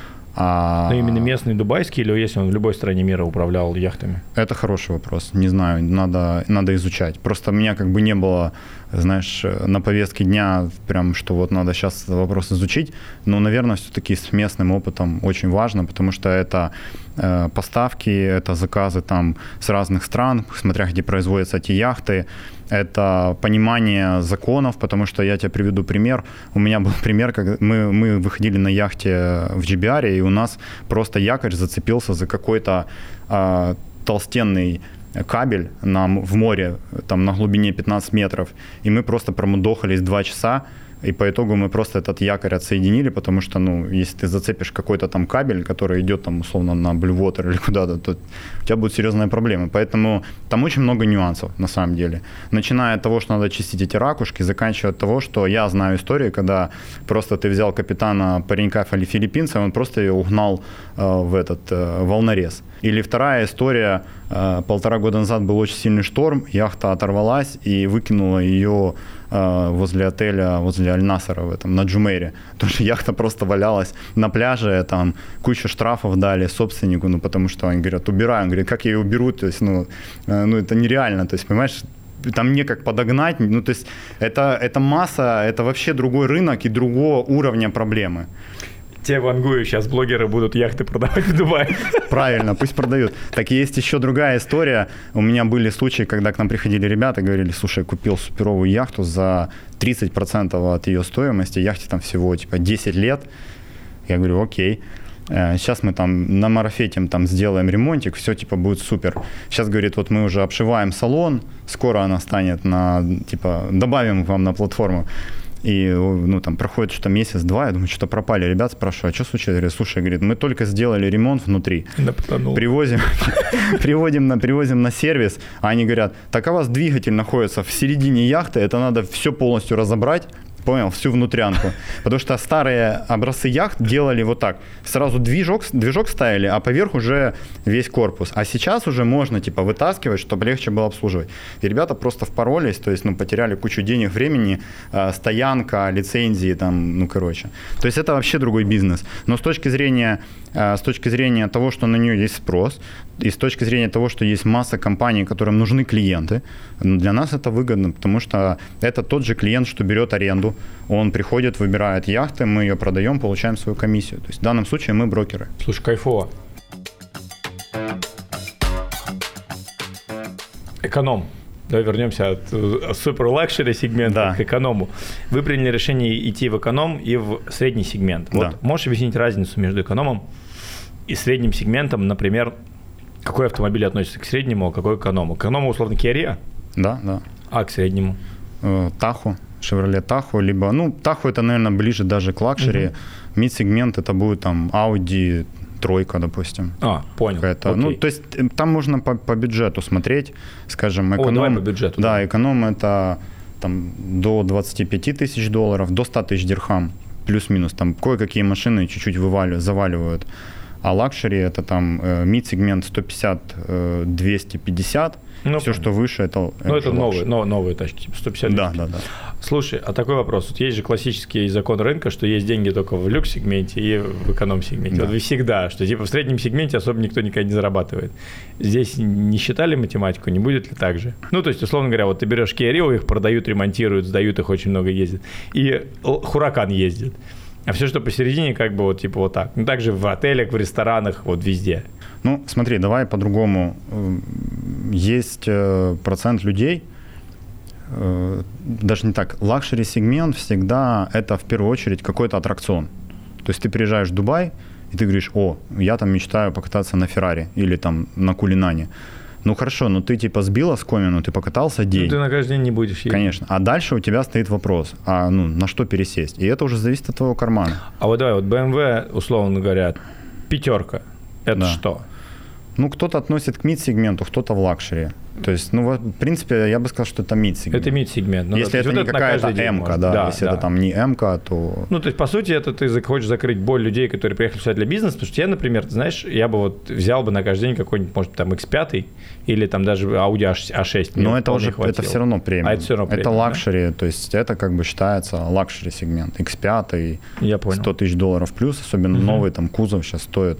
Но именно местный дубайский или если он в любой стране мира управлял яхтами? Это хороший вопрос. Не знаю, надо изучать. Просто у меня как бы не было, знаешь, на повестке дня прям, что вот надо сейчас вопрос изучить. Но, наверное, все-таки с местным опытом очень важно, потому что это поставки, это заказы там с разных стран, смотря где производятся эти яхты. Это понимание законов, потому что я тебе приведу пример. У меня был пример, как мы выходили на яхте в GBR, и у нас просто якорь зацепился за какой-то толстенный кабель в море, там на глубине 15 метров, и мы просто промудохались 2 часа, и по итогу мы просто этот якорь отсоединили, потому что, если ты зацепишь какой-то там кабель, который идет там условно на Blue Water или куда-то, то у тебя будут серьезные проблемы. Поэтому там очень много нюансов на самом деле. Начиная от того, что надо чистить эти ракушки, заканчивая от того, что я знаю историю, когда просто ты взял капитана паренька филиппинца, он просто ее угнал в этот волнорез. Или вторая история, 1,5 года назад был очень сильный шторм, яхта оторвалась и выкинула ее возле отеля, возле Аль-Насара на Джумейре. Потому что яхта просто валялась на пляже, там кучу штрафов дали собственнику, потому что они говорят, убирай. Он говорит, как я ее уберу? То есть, это нереально. То есть, понимаешь, там некак подогнать. То есть, это масса, это вообще другой рынок и другого уровня проблемы. Те вангую, сейчас блогеры будут яхты продавать в Дубае. Правильно, пусть продают. Так и есть еще другая история. У меня были случаи, когда к нам приходили ребята и говорили, слушай, купил суперовую яхту за 30% от ее стоимости, яхте там всего 10 лет. Я говорю, окей. Сейчас мы там на марафете там сделаем ремонтик, все будет супер. Сейчас, говорит, вот мы уже обшиваем салон, скоро она станет добавим вам на платформу. И, ну, там проходит что-то месяц-два, я думаю, что-то пропали. Ребят спрашиваю, а что случилось? Я говорю, слушай, говорит, мы только сделали ремонт внутри. Привозим на сервис, а они говорят, так, а у вас двигатель находится в середине яхты, это надо все полностью разобрать. Понял, всю внутрянку. Потому что старые образцы яхт делали вот так. Сразу движок ставили, а поверх уже весь корпус. А сейчас уже можно типа вытаскивать, чтобы легче было обслуживать. И ребята просто впоролись, то есть, ну, потеряли кучу денег, времени, стоянка, лицензии, там, ну, короче. То есть это вообще другой бизнес. Но с точки зрения того, что на нее есть спрос, и с точки зрения того, что есть масса компаний, которым нужны клиенты, для нас это выгодно, потому что это тот же клиент, что берет аренду, он приходит, выбирает яхты, мы ее продаем, получаем свою комиссию. То есть в данном случае мы брокеры. Слушай, кайфово. Эконом. Давай вернемся от супер-лакшери сегмента к эконому. Вы приняли решение идти в эконом и в средний сегмент. Вот можешь объяснить разницу между экономом и средним сегментом, например, какой автомобиль относится к среднему, а какой к эконому? К эконому, условно, Kia Rio? Да. А к среднему? Tahoe, Chevrolet Tahoe, либо, ну, Tahoe это, наверное, ближе даже к лакшери. Мид-сегмент это будет там Audi тройка, допустим. Понял. Ну, то есть там можно по бюджету смотреть, скажем, эконом. Давай по бюджету. Да, эконом это там до 25 тысяч долларов, до 100 тысяч дирхам, плюс-минус. Там кое-какие машины чуть-чуть заваливают. А лакшери это там мид-сегмент 150-250. Ну, все, что выше, это это новые тачки, типа 150. Да. Слушай, а такой вопрос. Вот есть же классический закон рынка, что есть деньги только в люкс-сегменте и в эконом-сегменте. Да. Вот всегда, что типа в среднем сегменте особо никто никогда не зарабатывает. Здесь не считали математику, не будет ли так же? Ну, то есть, условно говоря, вот ты берешь Kia Rio, их продают, ремонтируют, сдают, их очень много ездит. И Huracan ездит. А все, что посередине, как бы вот типа вот так. Ну, также в отелях, в ресторанах, вот везде. Ну, смотри, давай по-другому. Есть процент людей, даже не так, лакшери-сегмент всегда это в первую очередь какой-то аттракцион. То есть ты приезжаешь в Дубай, и ты говоришь, я там мечтаю покататься на Феррари или там на Кулинане. Ну хорошо, но ты типа сбил оскомину, ты покатался день. Ну ты на каждый день не будешь ездить. Конечно. А дальше у тебя стоит вопрос, на что пересесть? И это уже зависит от твоего кармана. А вот давай, BMW, условно говоря, 5, это что? Ну, кто-то относит к мид-сегменту, кто-то в лакшери. То есть, ну, в принципе, я бы сказал, что это мид-сегмент. Это мид-сегмент. Ну, если это не какая-то М-ка, если это там не М-ка, то... Ну, то есть, по сути, это ты хочешь закрыть боль людей, которые приехали сюда для бизнеса, потому что я, например, знаешь, я бы вот взял бы на каждый день какой-нибудь, может, там, X5 или там даже Audi A6. Но это уже, это все равно премиум. Это все равно премиум, это лакшери, то есть, это как бы считается лакшери-сегмент. X5, я понял. 100 тысяч долларов плюс, особенно новый там кузов сейчас стоит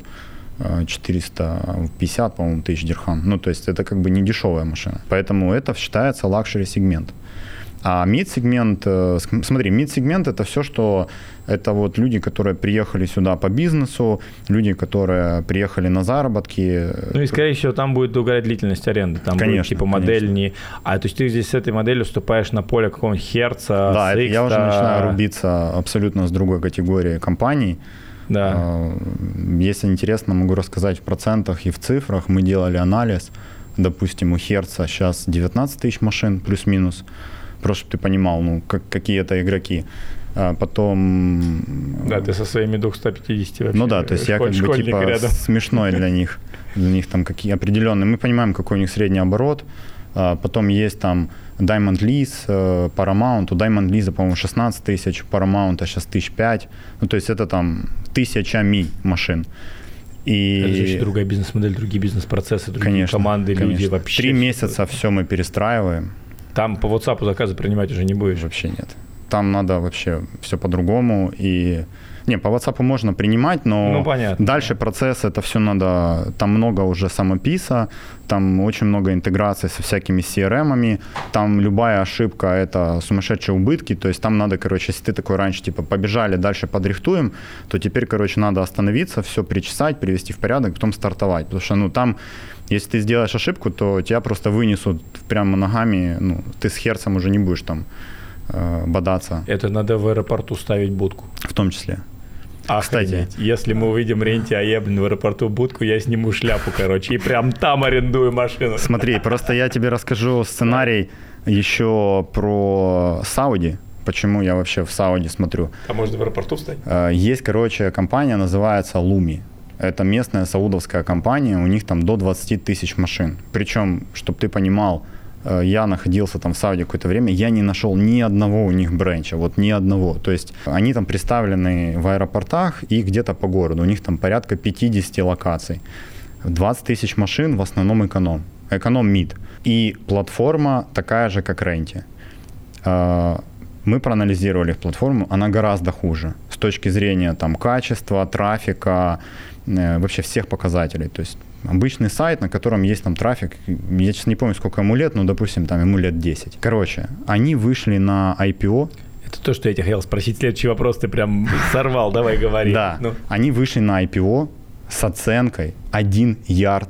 450, по-моему, тысяч дирхам. Ну, то есть это как бы не дешевая машина. Поэтому это считается лакшери-сегмент. А мид-сегмент, смотри, мид-сегмент это все, что это вот люди, которые приехали сюда по бизнесу, люди, которые приехали на заработки. Ну и, скорее всего, там будет другая длительность аренды. Там конечно, будет типа модель не... то есть ты здесь с этой моделью вступаешь на поле какого-нибудь Hertz, да, я уже начинаю рубиться абсолютно с другой категории компаний. Да. Если интересно, могу рассказать в процентах и в цифрах. Мы делали анализ. Допустим, у Hertz сейчас 19 тысяч машин, плюс-минус. Просто чтобы ты понимал, какие это игроки. Потом... Да, ты со своими 250 вообще. Ну да, то есть я как бы типа рядом. Смешной для них. Для них там какие определенные. Мы понимаем, какой у них средний оборот. Потом есть там Diamond Lease, Paramount. У Diamond Lease, по-моему, 16 тысяч, Paramount сейчас 1005. Ну, то есть это там тысячами машин. И... Это же еще другая бизнес-модель, другие бизнес-процессы, другие команды, люди вообще. 3 месяца все мы перестраиваем. Там по WhatsApp заказы принимать уже не будешь? Вообще нет. Там надо вообще все по-другому. И... Не, по WhatsApp можно принимать, но дальше процесс, это все надо, там много уже самописа, там очень много интеграции со всякими CRM-ами, там любая ошибка – это сумасшедшие убытки, то есть там надо, короче, если ты такой раньше, типа, побежали, дальше подрихтуем, то теперь, короче, надо остановиться, все причесать, привести в порядок, потом стартовать, потому что, там, если ты сделаешь ошибку, то тебя просто вынесут прямо ногами, ты с Hertz'ом уже не будешь там бодаться. Это надо в аэропорту ставить будку. В том числе. Кстати, если мы увидим Ренти Аеблин в аэропорту будку, я сниму шляпу, короче, и прям там арендую машину. Смотри, просто я тебе расскажу сценарий еще про Сауди, почему я вообще в Сауди смотрю. А можно в аэропорту встать? Есть, короче, компания, называется Lumi. Это местная саудовская компания, у них там до 20 тысяч машин. Причем, чтобы ты понимал, я находился там в Сауди какое-то время, я не нашел ни одного у них бренча, вот ни одного. То есть они там представлены в аэропортах и где-то по городу. У них там порядка 50 локаций. 20 тысяч машин, в основном эконом-мид. И платформа такая же, как Ренти. Мы проанализировали платформу, она гораздо хуже с точки зрения там, качества, трафика, вообще всех показателей. То есть обычный сайт, на котором есть там трафик, я сейчас не помню, сколько ему лет, но, допустим, там ему лет 10. Короче, они вышли на IPO. Это то, что я тебя хотел спросить. Следующий вопрос ты прям сорвал, давай говори. Да, они вышли на IPO с оценкой $1 миллиард.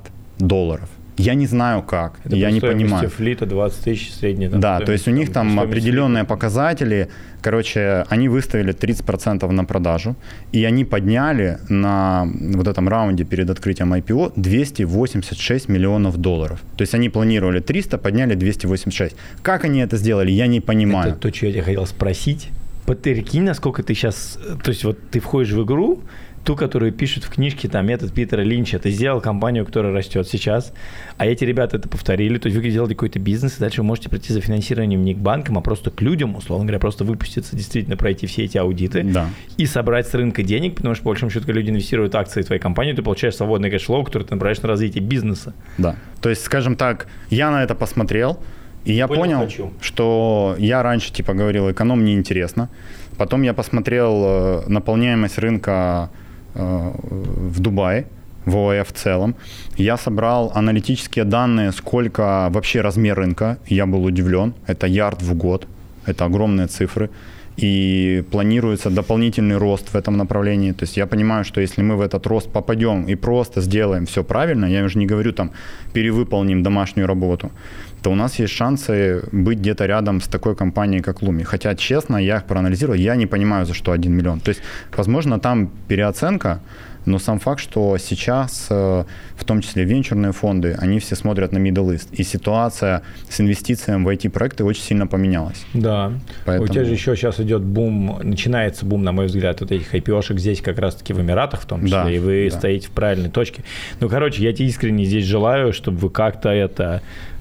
Я не знаю как, это я не понимаю. Флита 20 тысяч средний. Да, то есть у них там определенные показатели. Короче, они выставили 30% на продажу, и они подняли на вот этом раунде перед открытием IPO $286 миллионов. То есть они планировали 300, подняли 286. Как они это сделали, я не понимаю. Это то, что я тебя хотел спросить. Прикинь, насколько ты сейчас... То есть вот ты входишь в игру, ту, которую пишут в книжке, там, метод Питера Линча, ты сделал компанию, которая растет сейчас, а эти ребята это повторили, то есть вы сделали какой-то бизнес, и дальше вы можете прийти за финансированием не к банкам, а просто к людям, условно говоря, просто выпуститься, действительно пройти все эти аудиты и собрать с рынка денег, потому что, по большому счету, когда люди инвестируют в акции в твоей компании, ты получаешь свободный кэшфлоу, который ты направляешь на развитие бизнеса. Да, то есть, скажем так, я на это посмотрел, и я понял, что я раньше типа говорил, эконом неинтересно, потом я посмотрел наполняемость рынка в Дубае, в ОАЭ в целом. Я собрал аналитические данные, сколько вообще размер рынка. Я был удивлен. Это ярд в год. Это огромные цифры. И планируется дополнительный рост в этом направлении. То есть я понимаю, что если мы в этот рост попадем и просто сделаем все правильно, я уже не говорю там перевыполним домашнюю работу, то у нас есть шансы быть где-то рядом с такой компанией, как Lumi. Хотя, честно, я их проанализировал, я не понимаю, за что 1 миллион. То есть, возможно, там переоценка, но сам факт, что сейчас, в том числе венчурные фонды, они все смотрят на Middle East. И ситуация с инвестициями в IT-проекты очень сильно поменялась. Да. Поэтому... У тебя же еще сейчас идет бум, начинается бум, на мой взгляд, вот этих IPO-шек здесь как раз-таки в Эмиратах в том числе, да, и вы стоите в правильной точке. Ну, короче, я тебе искренне здесь желаю, чтобы вы как-то это...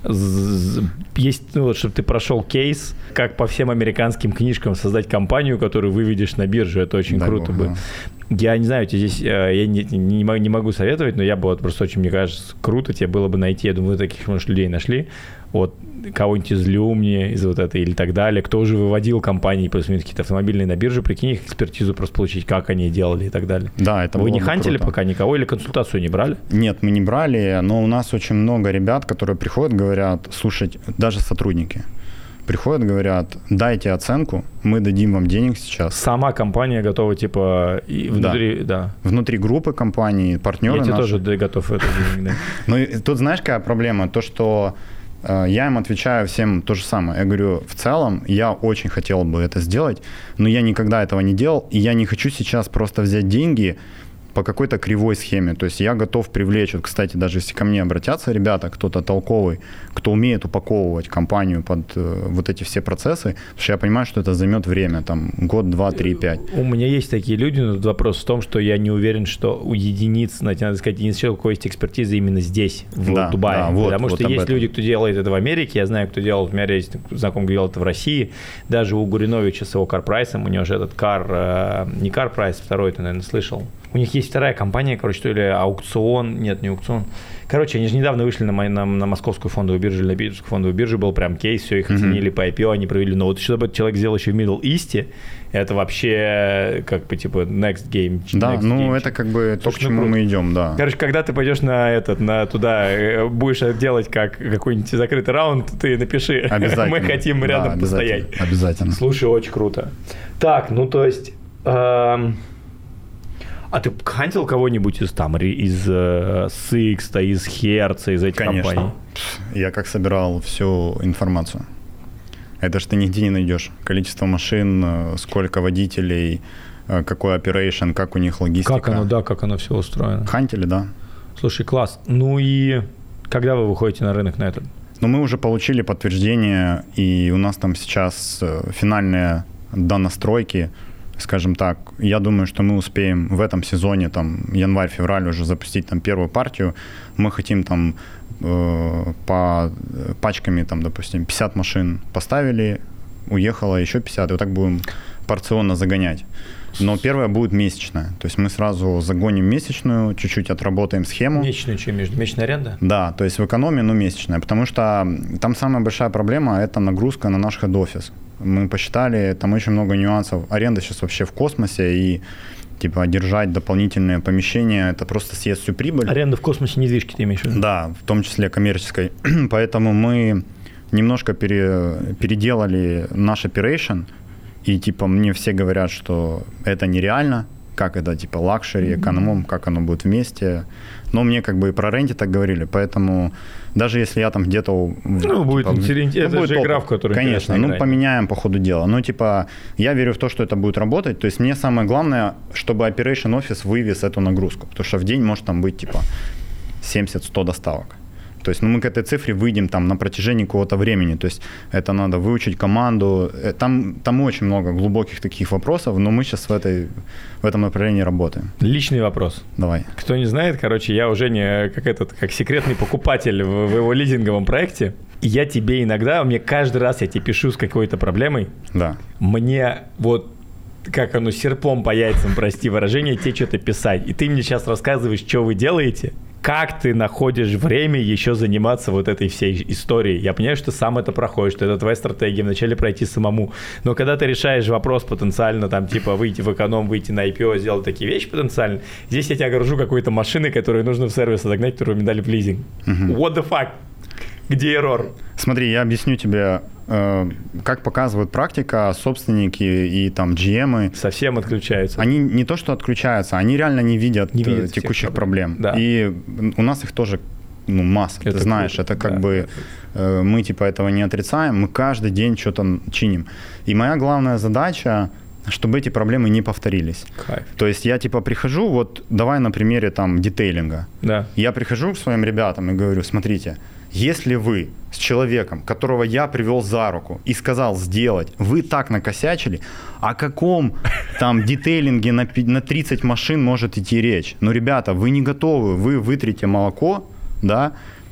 Есть, ну, вот, чтобы ты прошел кейс, как по всем американским книжкам создать компанию, которую выведешь на биржу. Это очень круто бы. Я не знаю, здесь я не могу советовать, но я бы вот просто очень, мне кажется, круто тебе было бы найти. Я думаю, вы таких, может, людей нашли. Вот кого-нибудь из Люмни, из вот этой или так далее, кто уже выводил компании, плюс-минус какие-то автомобильные на биржу, прикинь, их экспертизу просто получить, как они делали и так далее. Да, это вы не хантили круто. Пока никого или консультацию не брали? Нет, мы не брали, но у нас очень много ребят, которые приходят, говорят, слушать, даже сотрудники, приходят, говорят, дайте оценку, мы дадим вам денег сейчас. Сама компания готова, типа, и внутри, да. Внутри группы компании, партнеры наши. Я тебе тоже готов это денег, да. Ну, тут знаешь, какая проблема? То, что я им отвечаю всем то же самое. Я говорю, в целом, я очень хотел бы это сделать, но я никогда этого не делал, и я не хочу сейчас просто взять деньги по какой-то кривой схеме. То есть я готов привлечь, вот, кстати, даже если ко мне обратятся ребята, кто-то толковый, кто умеет упаковывать компанию под вот эти все процессы, потому что я понимаю, что это займет время, там, год, 2, 3, 5. У меня есть такие люди, но вопрос в том, что я не уверен, что у единиц, надо сказать, единиц человек, у кого есть экспертиза именно здесь, в Дубае. Да, вот, потому что есть люди, кто делает это в Америке, я знаю, кто делал, у меня есть знакомый, кто делал это в России, даже у Гуриновича с его CarPrice, у него же этот не CarPrice, второй ты, наверное, слышал. У них есть вторая компания, короче, то ли аукцион, нет, не аукцион. Короче, они же недавно вышли на московскую фондовую биржу, или на питерскую фондовую биржу, был прям кейс, все, их оценили по IPO, они провели. Но вот чтобы этот человек сделал еще в Middle East, это вообще как бы типа next game. Да, это как бы то, к чему мы идем, да. Короче, когда ты пойдешь на туда, будешь делать как какой-нибудь закрытый раунд, ты напиши. Обязательно. Мы хотим рядом постоять. Обязательно. Слушай, очень круто. Так, ну то есть... А ты хантил кого-нибудь из Сикста, из Херца, из этих компаний? Конечно. Я как собирал всю информацию. Это ж ты нигде не найдешь. Количество машин, сколько водителей, какой operation, как у них логистика. Как оно все устроено. Хантили, да. Слушай, класс. Ну и когда вы выходите на рынок на этот? Ну, мы уже получили подтверждение, и у нас там сейчас финальные до настройки. Скажем так, я думаю, что мы успеем в этом сезоне, там, январь-февраль уже запустить там первую партию. Мы хотим там по пачками, там, допустим, 50 машин поставили, уехало еще 50, и вот так будем порционно загонять. Но первая будет месячная. То есть мы сразу загоним месячную, чуть-чуть отработаем схему. Месячную что между? Месячная аренда? Да, то есть в экономии, но месячная. Потому что там самая большая проблема – это нагрузка на наш хед-офис. Мы посчитали, там очень много нюансов. Аренда сейчас вообще в космосе, и типа держать дополнительные помещения – это просто съест всю прибыль. Аренда в космосе недвижки ты имеешь в виду? Да, в том числе коммерческой. Поэтому мы немножко переделали наш operation. И типа мне все говорят, что это нереально, как это типа лакшери, эконом, как оно будет вместе. Но мне как бы и про ренте так говорили, поэтому даже если я там где-то... Ну, будет интересно, это будет же игра, в которой конечно, ну, поменяем по ходу дела. Ну, типа, я верю в то, что это будет работать. То есть мне самое главное, чтобы Operation Office вывез эту нагрузку. Потому что в день может там быть типа 70-100 доставок. То есть, мы к этой цифре выйдем там на протяжении какого-то времени. То есть, это надо выучить команду. Там очень много глубоких таких вопросов, но мы сейчас в этом направлении работаем. Личный вопрос. Давай. Кто не знает, короче, я уже не как секретный покупатель в его лизинговом проекте. И я тебе иногда, мне каждый раз я тебе пишу с какой-то проблемой. Да. Мне вот как оно серпом по яйцам, прости выражение, тебе что-то писать. И ты мне сейчас рассказываешь, что вы делаете. Как ты находишь время еще заниматься вот этой всей историей? Я понимаю, что сам это проходишь, что это твоя стратегия, вначале пройти самому. Но когда ты решаешь вопрос потенциально, там, типа, выйти в эконом, выйти на IPO, сделать такие вещи потенциально, здесь я тебя гружу какой-то машиной, которую нужно в сервис отогнать, которую мне дали в лизинг. What the fuck? Где эррор? Смотри, я объясню тебе, как показывает практика, собственники и там GM-ы... Совсем отключаются. Они не то, что отключаются, они реально не видят текущих проблем. Да. И у нас их тоже масса, это ты знаешь. Это как бы мы типа этого не отрицаем, мы каждый день что-то чиним. И моя главная задача, чтобы эти проблемы не повторились. Кайф. То есть я типа прихожу, вот давай на примере там детейлинга. Да. Я прихожу к своим ребятам и говорю, смотрите, если вы с человеком, которого я привел за руку и сказал сделать, вы так накосячили, о каком там детейлинге на 30 машин может идти речь? Ну, ребята, вы не готовы, вы вытрите молоко, да,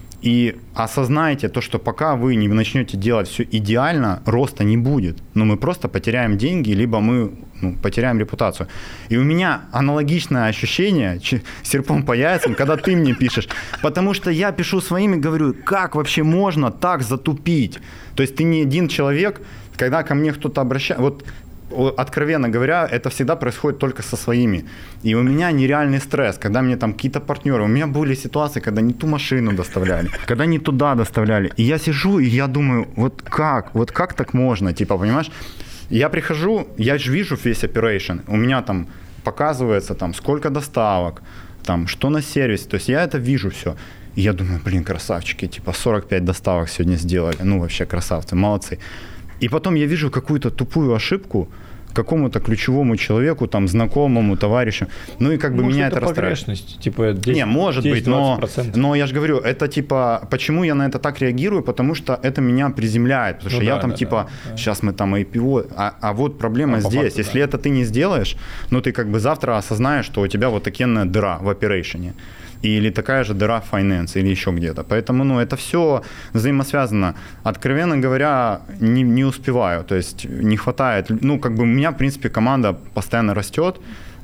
и осознайте то, что пока вы не начнете делать все идеально, роста не будет. Но мы просто потеряем деньги, либо мы потеряем репутацию. И у меня аналогичное ощущение, серпом по яйцам, когда ты мне пишешь. Потому что я пишу своим и говорю, как вообще можно так затупить? То есть ты не один человек, когда ко мне кто-то обращается... Вот откровенно говоря, это всегда происходит только со своими. И у меня нереальный стресс, когда мне там какие-то партнеры, у меня были ситуации, когда не ту машину доставляли, когда не туда доставляли. И я сижу, и я думаю, вот как так можно, типа, понимаешь? Я прихожу, я же вижу весь operation, у меня там показывается, там, сколько доставок, там, что на сервисе, то есть я это вижу все. И я думаю, блин, красавчики, типа, 45 доставок сегодня сделали, ну, вообще красавцы, молодцы. И потом я вижу какую-то тупую ошибку какому-то ключевому человеку, там, знакомому, товарищу. Ну и как бы меня это расстраивает. Типа 10, не, может 10, быть, но я же говорю, это типа, почему я на это так реагирую? Потому что это меня приземляет. Потому что я там сейчас мы там IPO, а вот проблема здесь. Факту, если это ты не сделаешь, ну ты как бы завтра осознаешь, что у тебя вот такенная дыра в оперейшене. Или такая же дыра в finance, или еще где-то. Поэтому, это все взаимосвязано. Откровенно говоря, не успеваю. То есть не хватает. Ну, как бы у меня, в принципе, команда постоянно растет.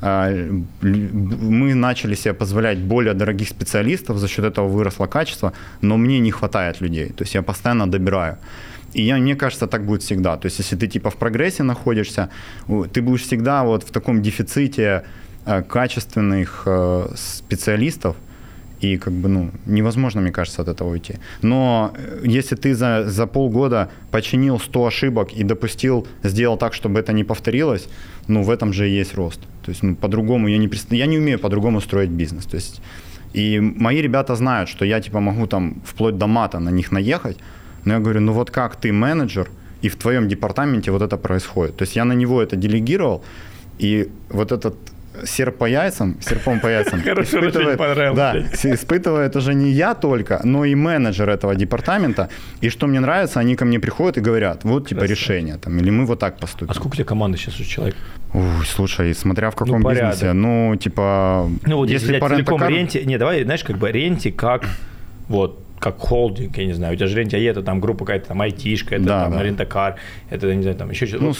Мы начали себе позволять более дорогих специалистов, за счет этого выросло качество, но мне не хватает людей. То есть я постоянно добираю. И мне кажется, так будет всегда. То есть если ты типа в прогрессе находишься, ты будешь всегда вот в таком дефиците качественных специалистов, и как бы, невозможно, мне кажется, от этого уйти. Но если ты за полгода починил 100 ошибок и сделал так, чтобы это не повторилось, в этом же и есть рост. То есть, по-другому я не умею по-другому строить бизнес. То есть, и мои ребята знают, что я типа могу там вплоть до мата на них наехать, но я говорю, вот как ты менеджер, и в твоем департаменте вот это происходит. То есть я на него это делегировал, и вот этот серпом по яйцам испытывает уже не я только, но и менеджер этого департамента. И что мне нравится, они ко мне приходят и говорят, вот типа решение, там, или мы вот так поступим. А сколько у тебя команды сейчас у человек? Ой, слушай, смотря в каком бизнесе, вот если по ренте, давай, знаешь, как бы ренте как холдинг, я не знаю, у тебя же ренте, это там группа какая-то, там айтишка, это там рентакар, это, я не знаю, там еще что-то.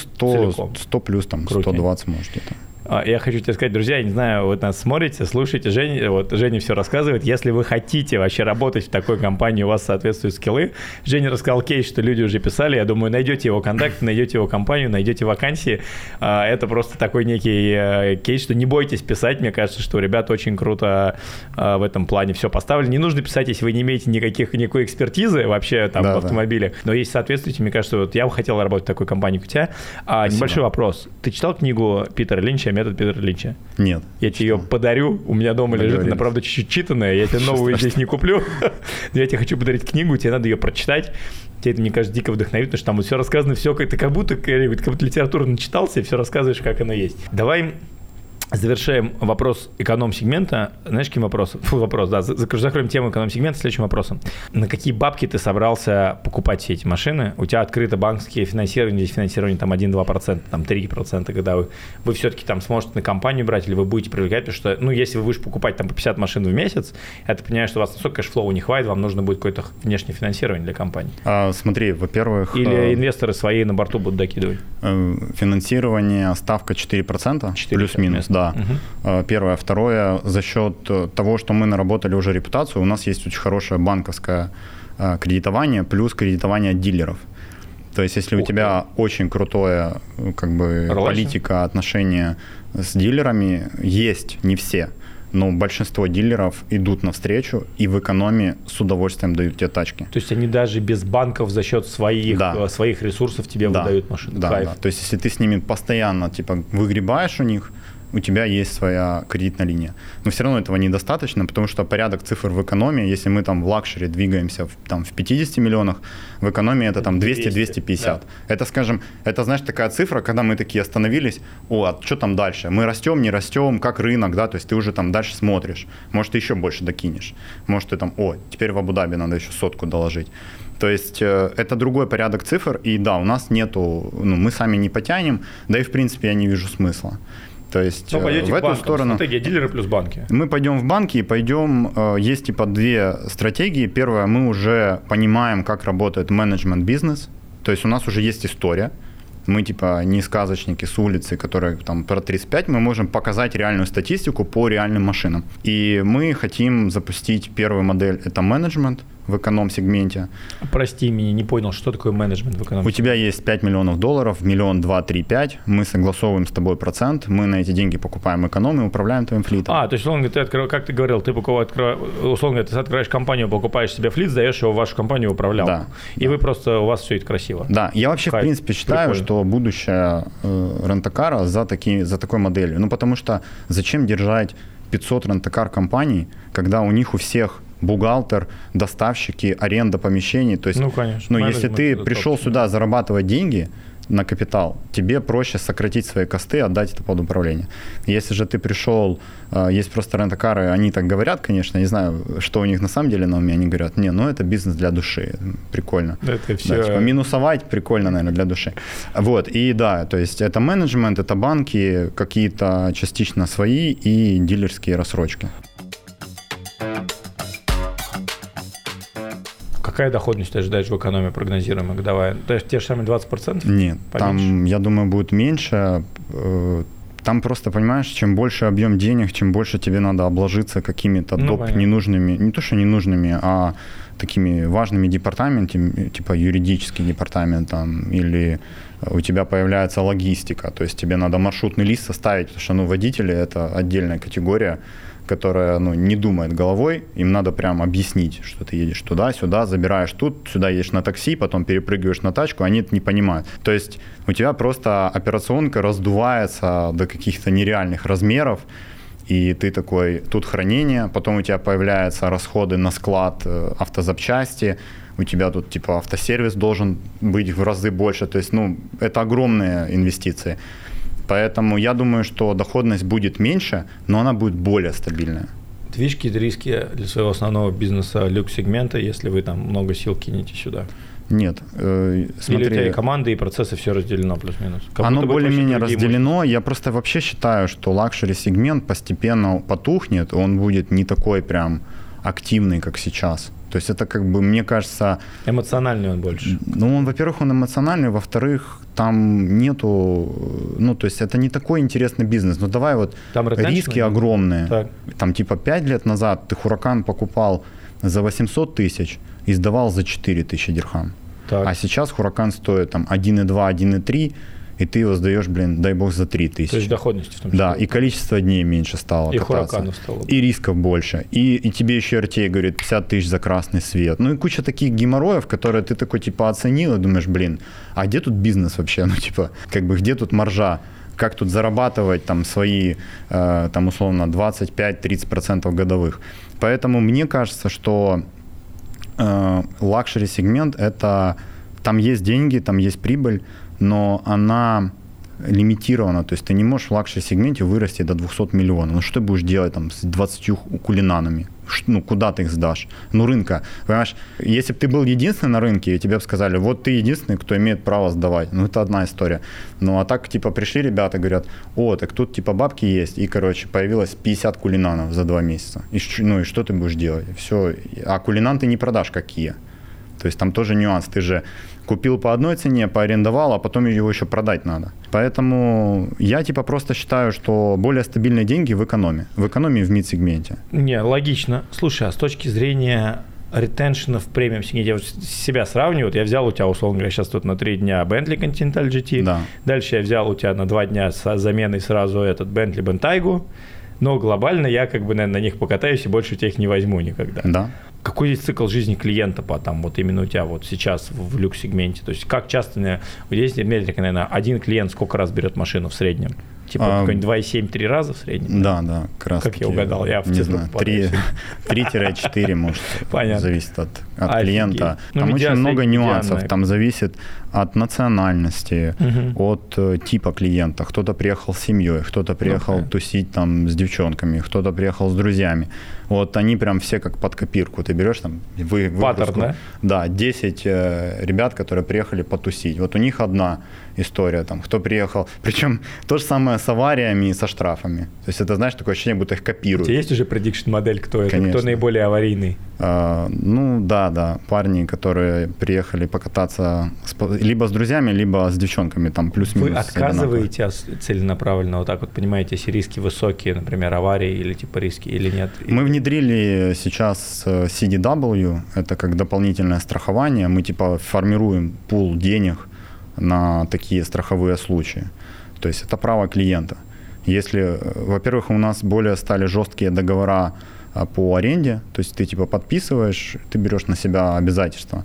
100 плюс, там, 120 может где-то. Я хочу тебе сказать, друзья, я не знаю, вы нас смотрите, слушаете, Женя все рассказывает. Если вы хотите вообще работать в такой компании, у вас соответствуют скиллы. Женя рассказал кейс, что люди уже писали. Я думаю, найдете его контакт, найдете его компанию, найдете вакансии. Это просто такой некий кейс, что не бойтесь писать. Мне кажется, что у ребят очень круто в этом плане все поставили. Не нужно писать, если вы не имеете никакой экспертизы вообще там в автомобиле. Но если соответствуете, мне кажется, вот я бы хотел работать в такой компании, как у тебя. Небольшой вопрос. Ты читал книгу Питера Линча «Метод Питера Линча»? Нет. Я тебе ее подарю, у меня дома лежит, она, правда, чуть-чуть читанная, я тебе новую здесь не куплю, но я тебе хочу подарить книгу, тебе надо ее прочитать, тебе это, мне кажется, дико вдохновит, потому что там вот все рассказано, все, ты как будто литературу начитался и все рассказываешь, как оно есть. Давай завершаем вопрос эконом-сегмента. Знаешь, каким вопросом? Закроем тему эконом-сегмента следующим вопросом. На какие бабки ты собрался покупать все эти машины? У тебя открыто банковские финансирование, здесь финансирование там 1-2%, там 3%, когда вы все-таки там сможете на компанию брать, или вы будете привлекать, потому что, если вы будете покупать там по 50 машин в месяц, я понимаю, что у вас настолько кэшфлоу не хватит, вам нужно будет какое-то внешнее финансирование для компании. Смотри, во-первых... Или инвесторы свои на борту будут докидывать? Финансирование, ставка 4%, плюс-минус, да. Угу. Первое. Второе, за счет того, что мы наработали уже репутацию, у нас есть очень хорошее банковское кредитование, плюс кредитование от дилеров. То есть, если у тебя очень крутое политика, отношения с дилерами, есть, не все, но большинство дилеров идут навстречу и в экономии с удовольствием дают тебе тачки. То есть они даже без банков за счет своих ресурсов тебе выдают машины. Да. То есть если ты с ними постоянно выгребаешь у них, у тебя есть своя кредитная линия. Но все равно этого недостаточно, потому что порядок цифр в экономии, если мы там в лакшери двигаемся в 50 миллионах, в экономии это там 200-250. Да. Это, скажем, знаешь, такая цифра, когда мы такие остановились, а что там дальше? Мы растем, не растем, как рынок, да, то есть ты уже там дальше смотришь, может, ты еще больше докинешь, может, ты там, теперь в Абу-Даби надо еще 100 доложить. То есть это другой порядок цифр, и да, у нас нету, мы сами не потянем, да и в принципе я не вижу смысла. То есть в эту сторону... Стратегия дилеры плюс банки. Мы пойдем в банки и пойдем... Есть две стратегии. Первая, мы уже понимаем, как работает менеджмент-бизнес. То есть у нас уже есть история. Мы не сказочники с улицы, которые там про 35. Мы можем показать реальную статистику по реальным машинам. И мы хотим запустить первую модель. Это менеджмент в эконом-сегменте. Прости меня, не понял, что такое менеджмент в эконом-сегменте? У тебя есть $5 миллионов, 1 2 3 5. Мы согласовываем с тобой процент, мы на эти деньги покупаем эконом и управляем твоим флитом. То есть, условно говоря, как ты говорил, ты открываешь компанию, покупаешь себе флит, сдаешь его в вашу компанию, управлял. Да. И вы просто, у вас все это красиво. Да, я вообще, в принципе, считаю, что будущее рент-а-кара за такой моделью. Потому что зачем держать 500 рент-а-кар компаний, когда у них у всех бухгалтер, доставщики, аренда помещений. То есть, конечно. Если ты пришел сюда зарабатывать деньги на капитал, тебе проще сократить свои косты, отдать это под управление. Если же ты пришел, есть просто рент-а-кары, они так говорят, конечно, не знаю, что у них на самом деле на уме, они говорят, это бизнес для души, прикольно. Это все... Да, минусовать прикольно, наверное, для души. И да, то есть это менеджмент, это банки, какие-то частично свои и дилерские рассрочки. Какая доходность ты ожидаешь в экономии прогнозируемая годовая? То есть те же самые 20%? Нет, поменьше? Там, я думаю, будет меньше. Там просто, понимаешь, чем больше объем денег, чем больше тебе надо обложиться какими-то ненужными, не то что ненужными, а такими важными департаментами, типа юридический департамент там, или у тебя появляется логистика, то есть тебе надо маршрутный лист составить, потому что водители – это отдельная категория, которая не думает головой, им надо прям объяснить, что ты едешь туда-сюда, забираешь тут, сюда едешь на такси, потом перепрыгиваешь на тачку, они это не понимают. То есть у тебя просто операционка раздувается до каких-то нереальных размеров, и ты такой, тут хранение, потом у тебя появляются расходы на склад автозапчасти, у тебя тут автосервис должен быть в разы больше, то есть это огромные инвестиции. Поэтому я думаю, что доходность будет меньше, но она будет более стабильная. Ты видишь какие-то риски для своего основного бизнеса люкс-сегмента, если вы там много сил кинете сюда? Нет. Смотри, или у тебя и команды, и процессы все разделено плюс-минус? Оно более-менее разделено. Я просто вообще считаю, что лакшери-сегмент постепенно потухнет, он будет не такой прям активный, как сейчас. То есть это как бы, мне кажется... Эмоциональный он больше. Ну, он, во-первых, он эмоциональный, во-вторых, там нету... Ну, то есть это не такой интересный бизнес. Ну, давай вот там риски огромные. Так. Там типа 5 лет назад ты Huracan покупал за 800 тысяч и сдавал за 4 тысячи дирхам. Так. А сейчас Huracan стоит там 1,2, 1,3, и ты его сдаешь, дай бог, за 3 тысячи. То есть доходности в том числе. Да, и количество дней меньше стало и кататься. Huracan'ов стало. И рисков больше. И тебе еще RTA говорит 50 тысяч за красный свет. Ну и куча таких геморроев, которые ты такой типа оценил и думаешь, а где тут бизнес вообще? Ну типа, как бы где тут маржа? Как тут зарабатывать там свои, там условно, 25-30% годовых? Поэтому мне кажется, что лакшери-сегмент – это… Там есть деньги, там есть прибыль, но она лимитирована. То есть ты не можешь в лакшери-сегменте вырасти до 200 миллионов. Ну что ты будешь делать там с 20 кулинанами? Ну куда ты их сдашь? Ну рынка. Понимаешь, если бы ты был единственный на рынке, и тебе бы сказали, вот ты единственный, кто имеет право сдавать. Ну это одна история. Ну а так типа пришли ребята, говорят, так тут типа бабки есть, и короче появилось 50 кулинанов за 2 месяца. И что ты будешь делать? Все. А кулинан ты не продашь какие. То есть там тоже нюанс. Ты же купил по одной цене, поарендовал, а потом его еще продать надо. Поэтому я типа просто считаю, что более стабильные деньги в экономе. В экономе в мид-сегменте. Не, логично. Слушай, а с точки зрения ретеншена в премиум-сегменте, я вот себя сравниваю. Вот я взял у тебя, условно говоря, сейчас тут на 3 дня Bentley Continental GT. Да. Дальше я взял у тебя на 2 дня с заменой сразу этот Bentley Bentayga. Но глобально я как бы, наверное, на них покатаюсь и больше у тебя их не возьму никогда. Да. Какой здесь цикл жизни клиента там вот именно у тебя вот сейчас в люкс-сегменте? То есть как часто, вот есть метрика, наверное, один клиент сколько раз берет машину в среднем? Типа какой-нибудь 2,7-3 раза в среднем? Да, как раз. Как я угадал? Я в не знаю, 3-4, может, зависит от клиента. Там очень много нюансов. Там зависит от национальности, от типа клиента. Кто-то приехал с семьей, кто-то приехал тусить там с девчонками, кто-то приехал с друзьями. Вот они прям все как под копирку. Ты берешь там паттерн, да? Да, 10 ребят, которые приехали потусить. Вот у них одна история, там, кто приехал. Причем то же самое с авариями и со штрафами. То есть это, знаешь, такое ощущение, будто их копируют. У тебя есть уже prediction модель, кто это? Конечно. Кто наиболее аварийный? Ну да. Парни, которые приехали покататься либо с друзьями, либо с девчонками, там плюс-минус. Вы отказываете целенаправленно, вот так вот понимаете, если риски высокие, например, аварии или типа риски, или нет? Мы внедрили сейчас CDW, это как дополнительное страхование. Мы типа формируем пул денег на такие страховые случаи. То есть это право клиента. Если, во-первых, у нас более стали жесткие договора по аренде, то есть ты типа подписываешь, ты берешь на себя обязательства.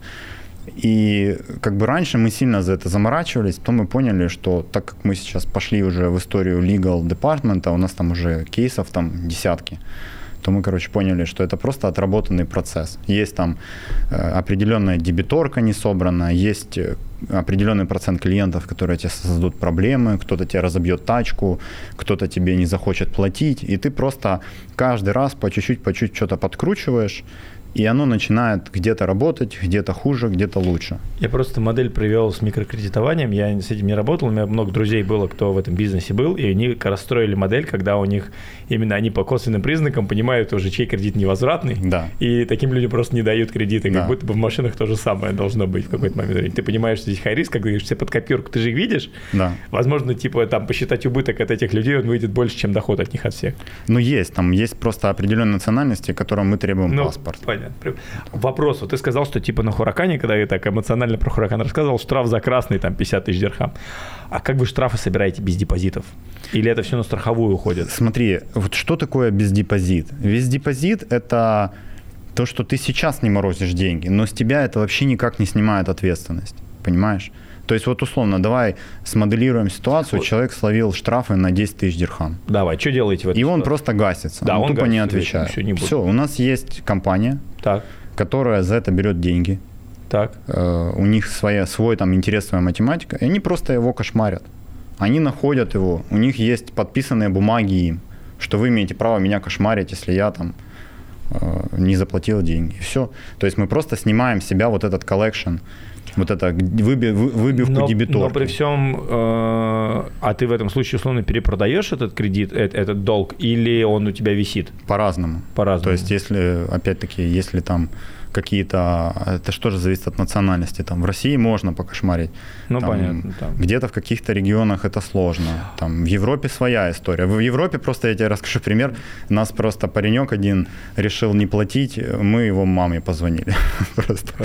И как бы раньше мы сильно за это заморачивались, потом мы поняли, что так как мы сейчас пошли уже в историю legal department, у нас там уже кейсов там десятки, то мы, поняли, что это просто отработанный процесс. Есть там определенная дебиторка не собрана, есть определенный процент клиентов, которые тебе создадут проблемы, кто-то тебе разобьет тачку, кто-то тебе не захочет платить, и ты просто каждый раз по чуть-чуть что-то подкручиваешь, и оно начинает где-то работать, где-то хуже, где-то лучше. Я просто модель привел с микрокредитованием, я с этим не работал, у меня много друзей было, кто в этом бизнесе был, и они расстроили модель, когда у них именно они по косвенным признакам понимают уже, чей кредит невозвратный, да. И таким людям просто не дают кредиты, да. Как будто бы в машинах то же самое должно быть в какой-то момент. Ты понимаешь, что здесь high risk, когда говоришь, все под копирку, ты же их видишь, да. Возможно, типа там посчитать убыток от этих людей, он выйдет больше, чем доход от них от всех. Ну там есть просто определенные национальности, которым мы требуем паспорт. Понятно. Вопрос. Вот ты сказал, что типа на Huracan, когда я так эмоционально про Huracan рассказывал, штраф за красный там 50 тысяч дирхам. А как вы штрафы собираете без депозитов? Или это все на страховую уходит? Смотри, вот что такое бездепозит? Бездепозит – это то, что ты сейчас не морозишь деньги, но с тебя это вообще никак не снимает ответственность. Понимаешь? То есть вот условно, давай смоделируем ситуацию, человек словил штрафы на 10 тысяч дирхам. Давай, что делаете в этом? И он просто гасится, да, он тупо гасится, не отвечает. Все, у нас есть компания, так. которая за это берет деньги. Так. У них свой там интерес, своя математика, и они просто его кошмарят. Они находят его, у них есть подписанные бумаги им, что вы имеете право меня кошмарить, если я там не заплатил деньги. И все. То есть мы просто снимаем с себя вот этот коллекшн, вот это выбивку дебиторки. Но при всем, а ты в этом случае условно перепродаешь этот кредит, этот долг, или он у тебя висит? По-разному. По-разному. То есть если, опять-таки, если там какие-то, это что же зависит от национальности, там в России можно покошмарить, ну там, понятно, там. Где-то в каких-то регионах это сложно, там в Европе своя история. В Европе просто, я тебе расскажу пример, нас просто паренек один решил не платить, мы его маме позвонили. Просто.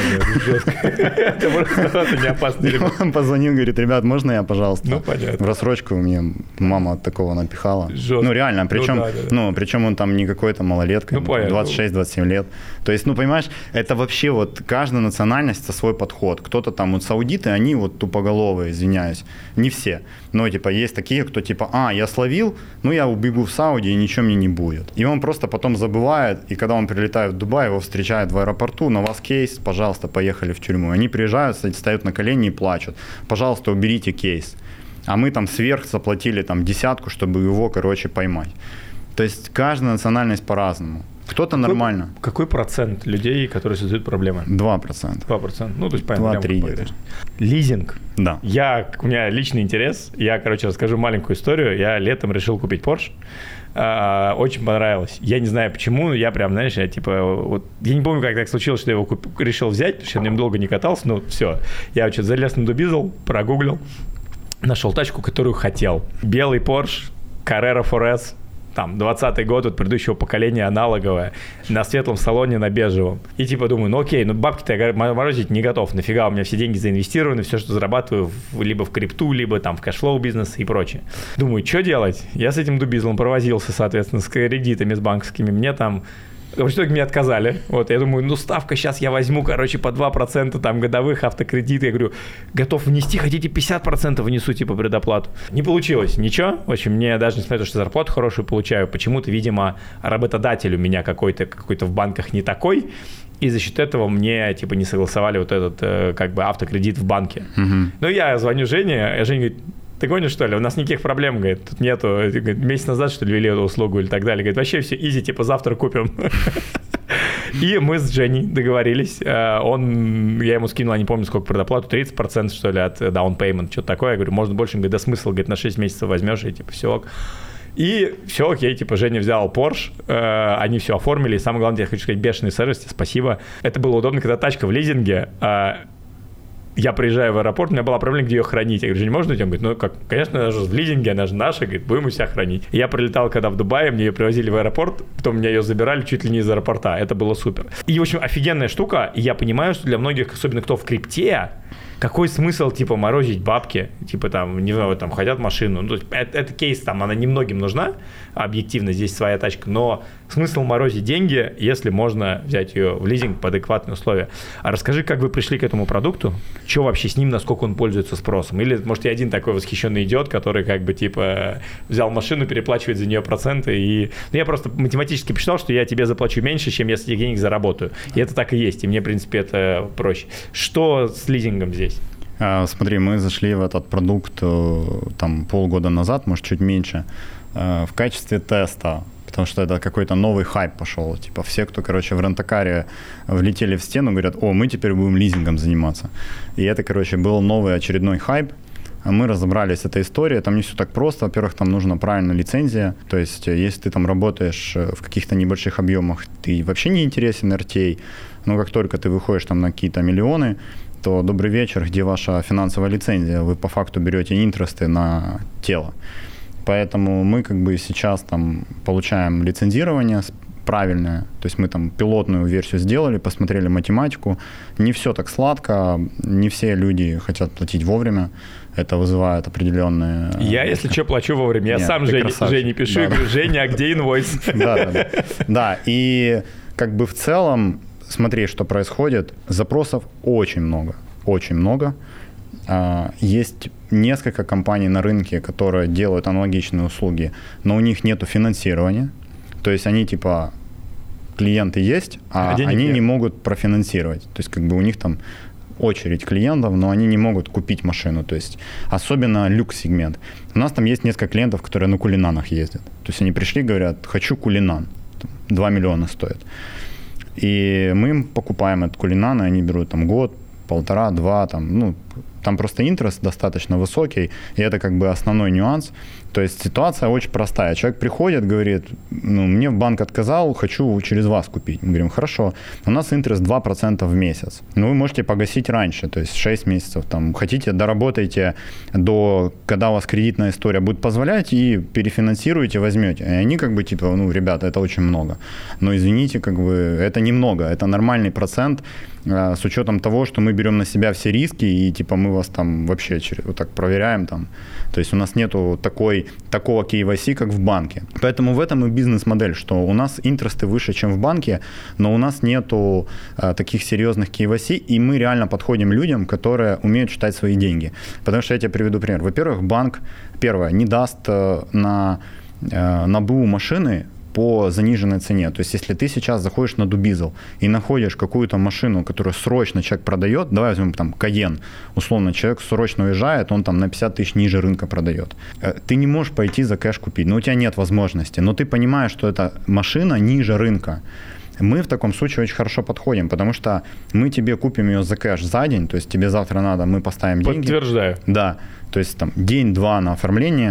Это просто не опасный. Он позвонил, говорит, ребят, можно я, пожалуйста? Ну понятно. В рассрочку мне мама от такого напихала. Ну реально, причем он там не какой-то малолетка, 26-27 лет. То есть, ну понимаешь, это вообще вот каждая национальность со свой подход. Кто-то там, вот саудиты, они вот тупоголовые, извиняюсь. Не все. Но типа есть такие, кто типа, я словил, ну я убегу в Сауди и ничего мне не будет. И он просто потом забывает, и когда он прилетает в Дубай, его встречают в аэропорту, на вас кейс, пожалуйста, поехали в тюрьму. Они приезжают, встают на колени и плачут. Пожалуйста, уберите кейс. А мы там сверх заплатили там 10, чтобы его, поймать. То есть каждая национальность по-разному. Кто-то нормально. Какой процент людей, которые создают проблемы? 2%. 2%. Ну, то есть, понятно. 2-3. Лизинг. Да. У меня личный интерес. Я, расскажу маленькую историю. Я летом решил купить Porsche. Очень понравилось. Я не знаю почему, я прям, знаешь, я не помню, как так случилось, что я его решил взять, потому что я на нем долго не катался, но все. Я что-то залез на Дубизл, прогуглил, нашел тачку, которую хотел. Белый Porsche, Carrera 4S, там, 20-й год от предыдущего поколения, аналоговая, на светлом салоне, на бежевом. И думаю, окей, бабки-то я морозить не готов, нафига, у меня все деньги заинвестированы, все, что зарабатываю, либо в крипту, либо там в кэшфлоу бизнес и прочее. Думаю, что делать? Я с этим Дубизлом провозился, соответственно, с кредитами, с банковскими, мне там... В итоге мне отказали. Я думаю, ставка сейчас я возьму, по 2% там годовых автокредиты. Я говорю, готов внести, хотите 50% внесу, предоплату. Не получилось ничего. В общем, мне даже несмотря на то, что зарплату хорошую получаю, почему-то, видимо, работодатель у меня какой-то в банках не такой. И за счет этого мне, не согласовали вот этот, автокредит в банке. Ну, я звоню Жене, Женя говорит, ты гонишь, что ли? У нас никаких проблем, говорит, тут нету. Говорит, месяц назад, что ли, ввели эту услугу или так далее. Говорит, вообще все изи, завтра купим. И мы с Женей договорились. Я ему скинул, не помню, сколько предоплату, 30%, что ли, от down payment, что-то такое. Я говорю, можно больше? Он говорит, да смысл, говорит, на 6 месяцев возьмешь, и все ок. И все окей, Женя взял Porsche, они все оформили. И самое главное, я хочу сказать, бешеный сервис, спасибо. Это было удобно, когда тачка в лизинге, я приезжаю в аэропорт, у меня была проблема, где ее хранить. Я говорю, Женя, можно? Он говорит, конечно, она же в лизинге, она же наша, говорит, будем у себя хранить. Я прилетал, когда в Дубае, мне ее привозили в аэропорт, потом меня ее забирали чуть ли не из аэропорта. Это было супер. И, в общем, офигенная штука. И я понимаю, что для многих, особенно кто в крипте, какой смысл, морозить бабки, не знаю, хотят машину. Ну, это кейс, она немногим нужна, объективно, здесь своя тачка, но смысл морозить деньги, если можно взять ее в лизинг по адекватные условия. А расскажи, как вы пришли к этому продукту, что вообще с ним, насколько он пользуется спросом? Или, может, я один такой восхищенный идиот, который взял машину, переплачивает за нее проценты, и... я просто математически посчитал, что я тебе заплачу меньше, чем я с этих денег заработаю. И это так и есть, и мне, в принципе, это проще. Что с лизингом здесь? Смотри, мы зашли в этот продукт там полгода назад, может, чуть меньше, в качестве теста, потому что это какой-то новый хайп пошел. Все, кто, в рент-а-каре влетели в стену, говорят, мы теперь будем лизингом заниматься. И это, был новый очередной хайп. Мы разобрались с этой историей, там не все так просто. Во-первых, там нужна правильная лицензия, то есть если ты там работаешь в каких-то небольших объемах, ты вообще не интересен RTA, но как только ты выходишь там на какие-то миллионы, то добрый вечер, где ваша финансовая лицензия? Вы по факту берете интересы на тело. Поэтому мы сейчас там получаем лицензирование правильное, то есть мы там пилотную версию сделали, посмотрели математику. Не все так сладко, не все люди хотят платить вовремя, это вызывает определенные... Я, если что, плачу вовремя. Я сам Жене пишу, и говорю, Женя, а где инвойс? Да, и в целом, смотри, что происходит. Запросов очень много. Есть несколько компаний на рынке, которые делают аналогичные услуги, но у них нету финансирования. То есть они клиенты есть, а они не могут профинансировать. То есть у них там очередь клиентов, но они не могут купить машину, то есть особенно люкс-сегмент. У нас там есть несколько клиентов, которые на Кулинанах ездят. То есть они пришли, говорят, хочу Кулинан, 2 миллиона стоит. И мы им покупаем этот Кулинан, и они берут там год, полтора, два, там просто интерес достаточно высокий, и это как бы основной нюанс. То есть ситуация очень простая. Человек приходит, говорит, мне банк отказал, хочу через вас купить. Мы говорим, хорошо, у нас интерес 2% в месяц. Вы можете погасить раньше, то есть 6 месяцев. Хотите, доработайте до, когда у вас кредитная история будет позволять, и перефинансируете, возьмете. И они как бы ребята, это очень много. Но извините, как бы это немного, это нормальный процент с учетом того, что мы берем на себя все риски, и мы вас там вообще вот так проверяем там. То есть у нас нету такого KYC, как в банке. Поэтому в этом и бизнес-модель, что у нас интересы выше, чем в банке, но у нас нету таких серьезных KYC, и мы реально подходим людям, которые умеют считать свои деньги. Потому что я тебе приведу пример. Во-первых, банк, первое, не даст на БУ машины по заниженной цене. То есть, если ты сейчас заходишь на Дубизл и находишь какую-то машину, которую срочно человек продает, давай возьмем там Кайен, условно, человек срочно уезжает, он там на 50 тысяч ниже рынка продает. Ты не можешь пойти за кэш купить, у тебя нет возможности, но ты понимаешь, что эта машина ниже рынка. Мы в таком случае очень хорошо подходим, потому что мы тебе купим ее за кэш за день, то есть тебе завтра надо, мы поставим деньги. Подтверждаю. Да, то есть там день-два на оформление,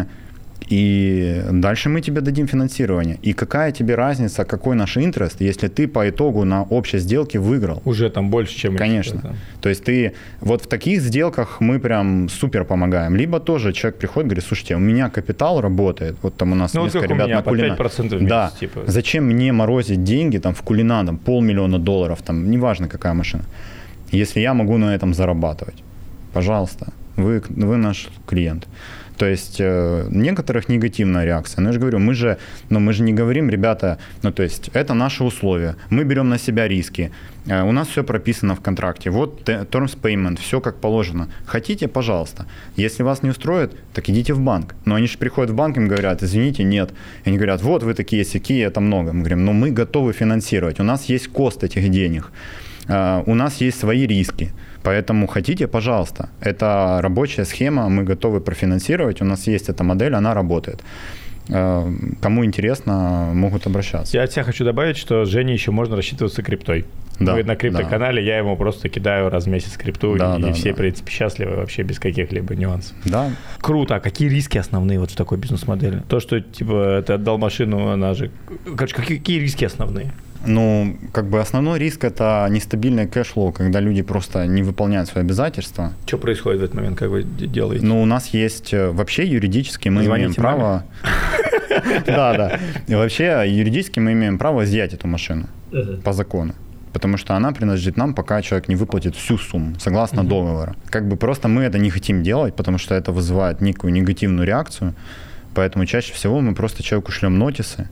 и дальше мы тебе дадим финансирование. И какая тебе разница, какой наш интерес, если ты по итогу на общей сделке выиграл? Уже там больше, чем... Конечно. Это. То есть ты... Вот в таких сделках мы прям супер помогаем. Либо тоже человек приходит, говорит, слушайте, у меня капитал работает, вот там у нас несколько ребят на Кулинан. 5% в месяц, да. типа. Зачем мне морозить деньги там в Кулинан, там $500 000, там неважно какая машина, если я могу на этом зарабатывать? Пожалуйста, вы наш клиент. То есть некоторых негативная реакция. Но я же говорю, мы же не говорим, ребята, то есть это наши условия. Мы берем на себя риски. У нас все прописано в контракте. Вот terms payment, все как положено. Хотите, пожалуйста. Если вас не устроит, так идите в банк. Но они же приходят в банк, им говорят, извините, нет. И они говорят, вот вы такие-сякие, это много. Мы говорим, мы готовы финансировать. У нас есть кост этих денег. У нас есть свои риски. Поэтому хотите, пожалуйста. Это рабочая схема, мы готовы профинансировать. У нас есть эта модель, она работает. Кому интересно, могут обращаться. Я от себя хочу добавить, что Жене еще можно рассчитываться криптой. Да, на криптоканале, я ему просто кидаю раз в месяц крипту, и все, в принципе, счастливы вообще без каких-либо нюансов. Да. Круто. А какие риски основные вот в такой бизнес-модели? То, что, ты отдал машину, она же... Короче, какие риски основные? Основной риск – это нестабильный кэшфлоу, когда люди просто не выполняют свои обязательства. Что происходит в этот момент, как вы делаете? У нас есть вообще юридически мы имеем право... Да. Вообще юридически мы имеем право изъять эту машину по закону. Потому что она принадлежит нам, пока человек не выплатит всю сумму, согласно договору. Просто мы это не хотим делать, потому что это вызывает некую негативную реакцию. Поэтому чаще всего мы просто человеку шлем нотисы.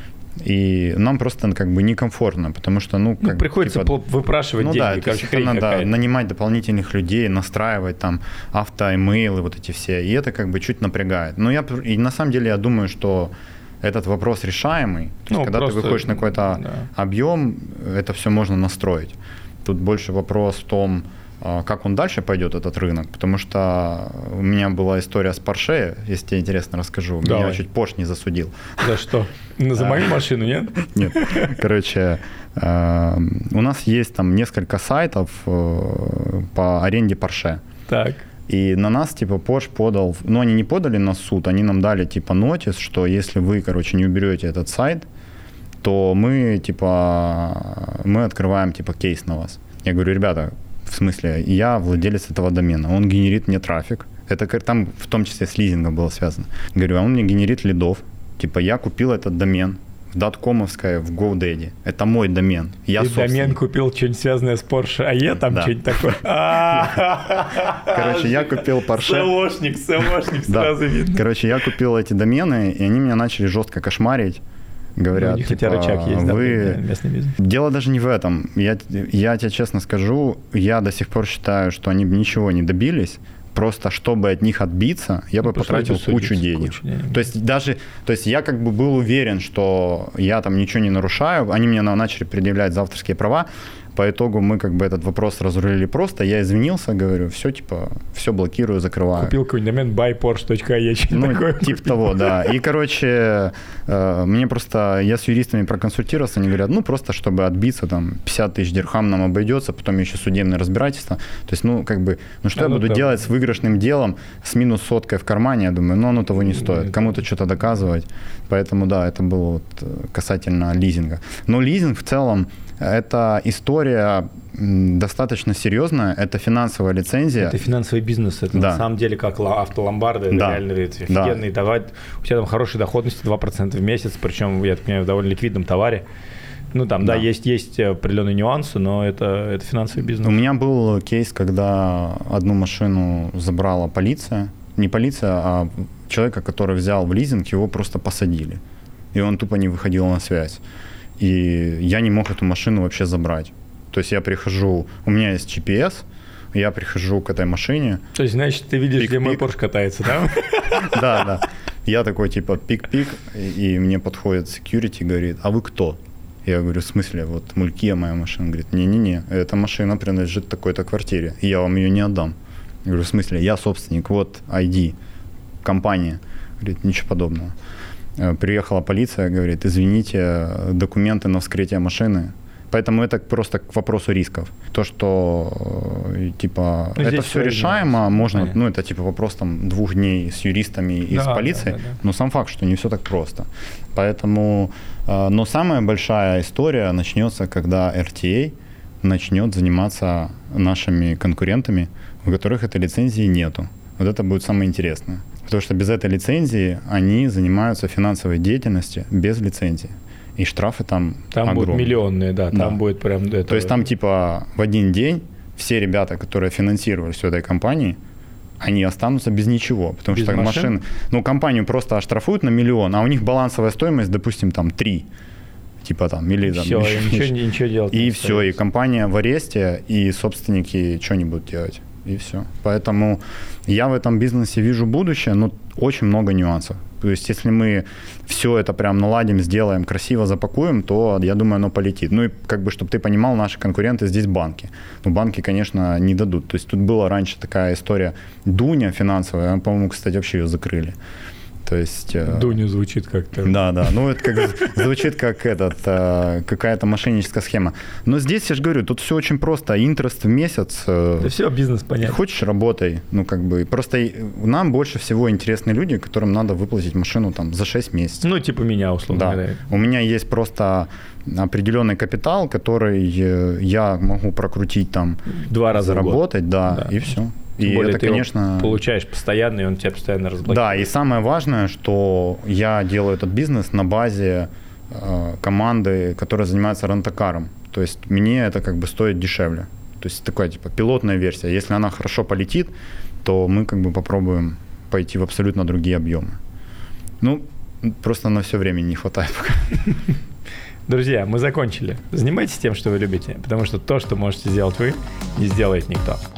И нам просто некомфортно, потому что, приходится выпрашивать деньги. Надо нанимать дополнительных людей, настраивать там автоэмейлы, вот эти все, и это чуть напрягает. Но на самом деле я думаю, что этот вопрос решаемый. То есть, когда ты выходишь на какой-то объем, это все можно настроить. Тут больше вопрос в том, как он дальше пойдет, этот рынок, потому что у меня была история с Porsche, если тебе интересно, расскажу. Давай. Меня чуть Porsche не засудил. За что? За мою машину, нет? Нет. Короче, у нас есть там несколько сайтов по аренде Porsche. Так. И на нас, Porsche подал, они не подали на суд, они нам дали, нотис, что если вы, не уберете этот сайт, то мы открываем, кейс на вас. Я говорю, ребята, в смысле, я владелец этого домена, он генерит мне трафик, это там в том числе с лизингом было связано. Говорю, он мне генерит лидов, я купил этот домен, .com-овская в GoDaddy. Это мой домен. Я домен купил что-нибудь связанное с Porsche, а я там что-нибудь такое. Короче, я купил Porsche. СОшник сразу видно. Короче, я купил эти домены, и они меня начали жестко кошмарить. Говорят, хотя рычаг есть, местный бизнес. Дело даже не в этом. Я тебе честно скажу, я до сих пор считаю, что они ничего не добились. Просто чтобы от них отбиться, я бы потратил кучу денег. То есть я был уверен, что я там ничего не нарушаю. Они мне начали предъявлять за авторские права. По итогу мы как бы этот вопрос разрулили просто. Я извинился, говорю, все, типа, все блокирую, закрываю. Купил какой-нибудь домен buyporsche.ie. Ну, типа того, да. И, короче, мне просто, я с юристами проконсультировался, они говорят, ну, просто чтобы отбиться, там, 50 тысяч дирхам нам обойдется, потом еще судебное разбирательство. То есть, ну, как бы, ну, что я буду делать с выигрышным делом, с минус соткой в кармане, я думаю, ну, оно того не стоит, кому-то что-то доказывать. Поэтому, да, это было вот касательно лизинга. Но лизинг в целом, это история достаточно серьезная, это финансовая лицензия. Это финансовый бизнес, это на самом деле как автоломбарды, это реально офигенные, давать, у тебя там хорошие доходности 2% в месяц, причем, я так понимаю, в довольно ликвидном товаре. Ну, там, да, есть определенные нюансы, но это финансовый бизнес. У меня был кейс, когда одну машину забрала полиция, не полиция, а человека, который взял в лизинг, его просто посадили, и он тупо не выходил на связь. И я не мог эту машину вообще забрать. То есть я прихожу, у меня есть GPS, я прихожу к этой машине. То есть, значит, ты видишь, где мой Porsche катается, да? Да, да. Я такой, типа, пик-пик, и мне подходит security, говорит, а вы кто? Я говорю, в смысле, вот Мулькия моя машина. Говорит, не-не-не, эта машина принадлежит такой-то квартире, и я вам ее не отдам. Я говорю, в смысле, я собственник, вот ID, компания. Говорит, ничего подобного. Приехала полиция, говорит, извините, документы на вскрытие машины. Поэтому это просто к вопросу рисков. То, что, типа, это все решаемо, можно, понятно. Ну, это, типа, вопрос, там, 2 дней с юристами и с полицией, да. Но сам факт, что не все так просто. Поэтому, но самая большая история начнется, когда RTA начнет заниматься нашими конкурентами, у которых этой лицензии нету. Вот это будет самое интересное. Потому что без этой лицензии они занимаются финансовой деятельностью без лицензии. И штрафы там огромные. Будут миллионные, да. Там будет прям... Это... То есть там типа в один день все ребята, которые финансировали всю этой компании, они останутся без ничего. Потому без что машин? Ну, компанию просто оштрафуют на 1 миллион, а у них балансовая стоимость, допустим, там 3. Типа там, или там... Все, ничего делать. И все, и компания в аресте, и собственники что не будут делать. И все. Поэтому я в этом бизнесе вижу будущее, но очень много нюансов. То есть если мы все это прям наладим, сделаем, красиво запакуем, то, я думаю, оно полетит. Ну и как бы, чтобы ты понимал, наши конкуренты здесь банки. Но банки, конечно, не дадут. То есть тут была раньше такая история Дуня финансовая, по-моему, кстати, вообще ее закрыли. То есть... Дуня звучит как-то... Да. Ну, это как, звучит как какая-то мошенническая схема. Но здесь, я же говорю, тут все очень просто. Интерест в месяц. Да все, бизнес понятно. Хочешь, работай. Ну, как бы, просто нам больше всего интересны люди, которым надо выплатить машину там за 6 месяцев. Ну, типа меня, условно говоря. Да. У меня есть просто определенный капитал, который я могу прокрутить там... 2 раза заработать, да, и все. Тем более это, ты конечно, получаешь постоянно, и он тебя постоянно разблокирует. Да, и самое важное, что я делаю этот бизнес на базе команды, которая занимается рент-а-каром. То есть мне это как бы стоит дешевле. То есть такая типа пилотная версия. Если она хорошо полетит, то мы как бы попробуем пойти в абсолютно другие объемы. Ну, просто на все времени не хватает пока. Друзья, мы закончили. Занимайтесь тем, что вы любите, потому что то, что можете сделать вы, не сделает никто.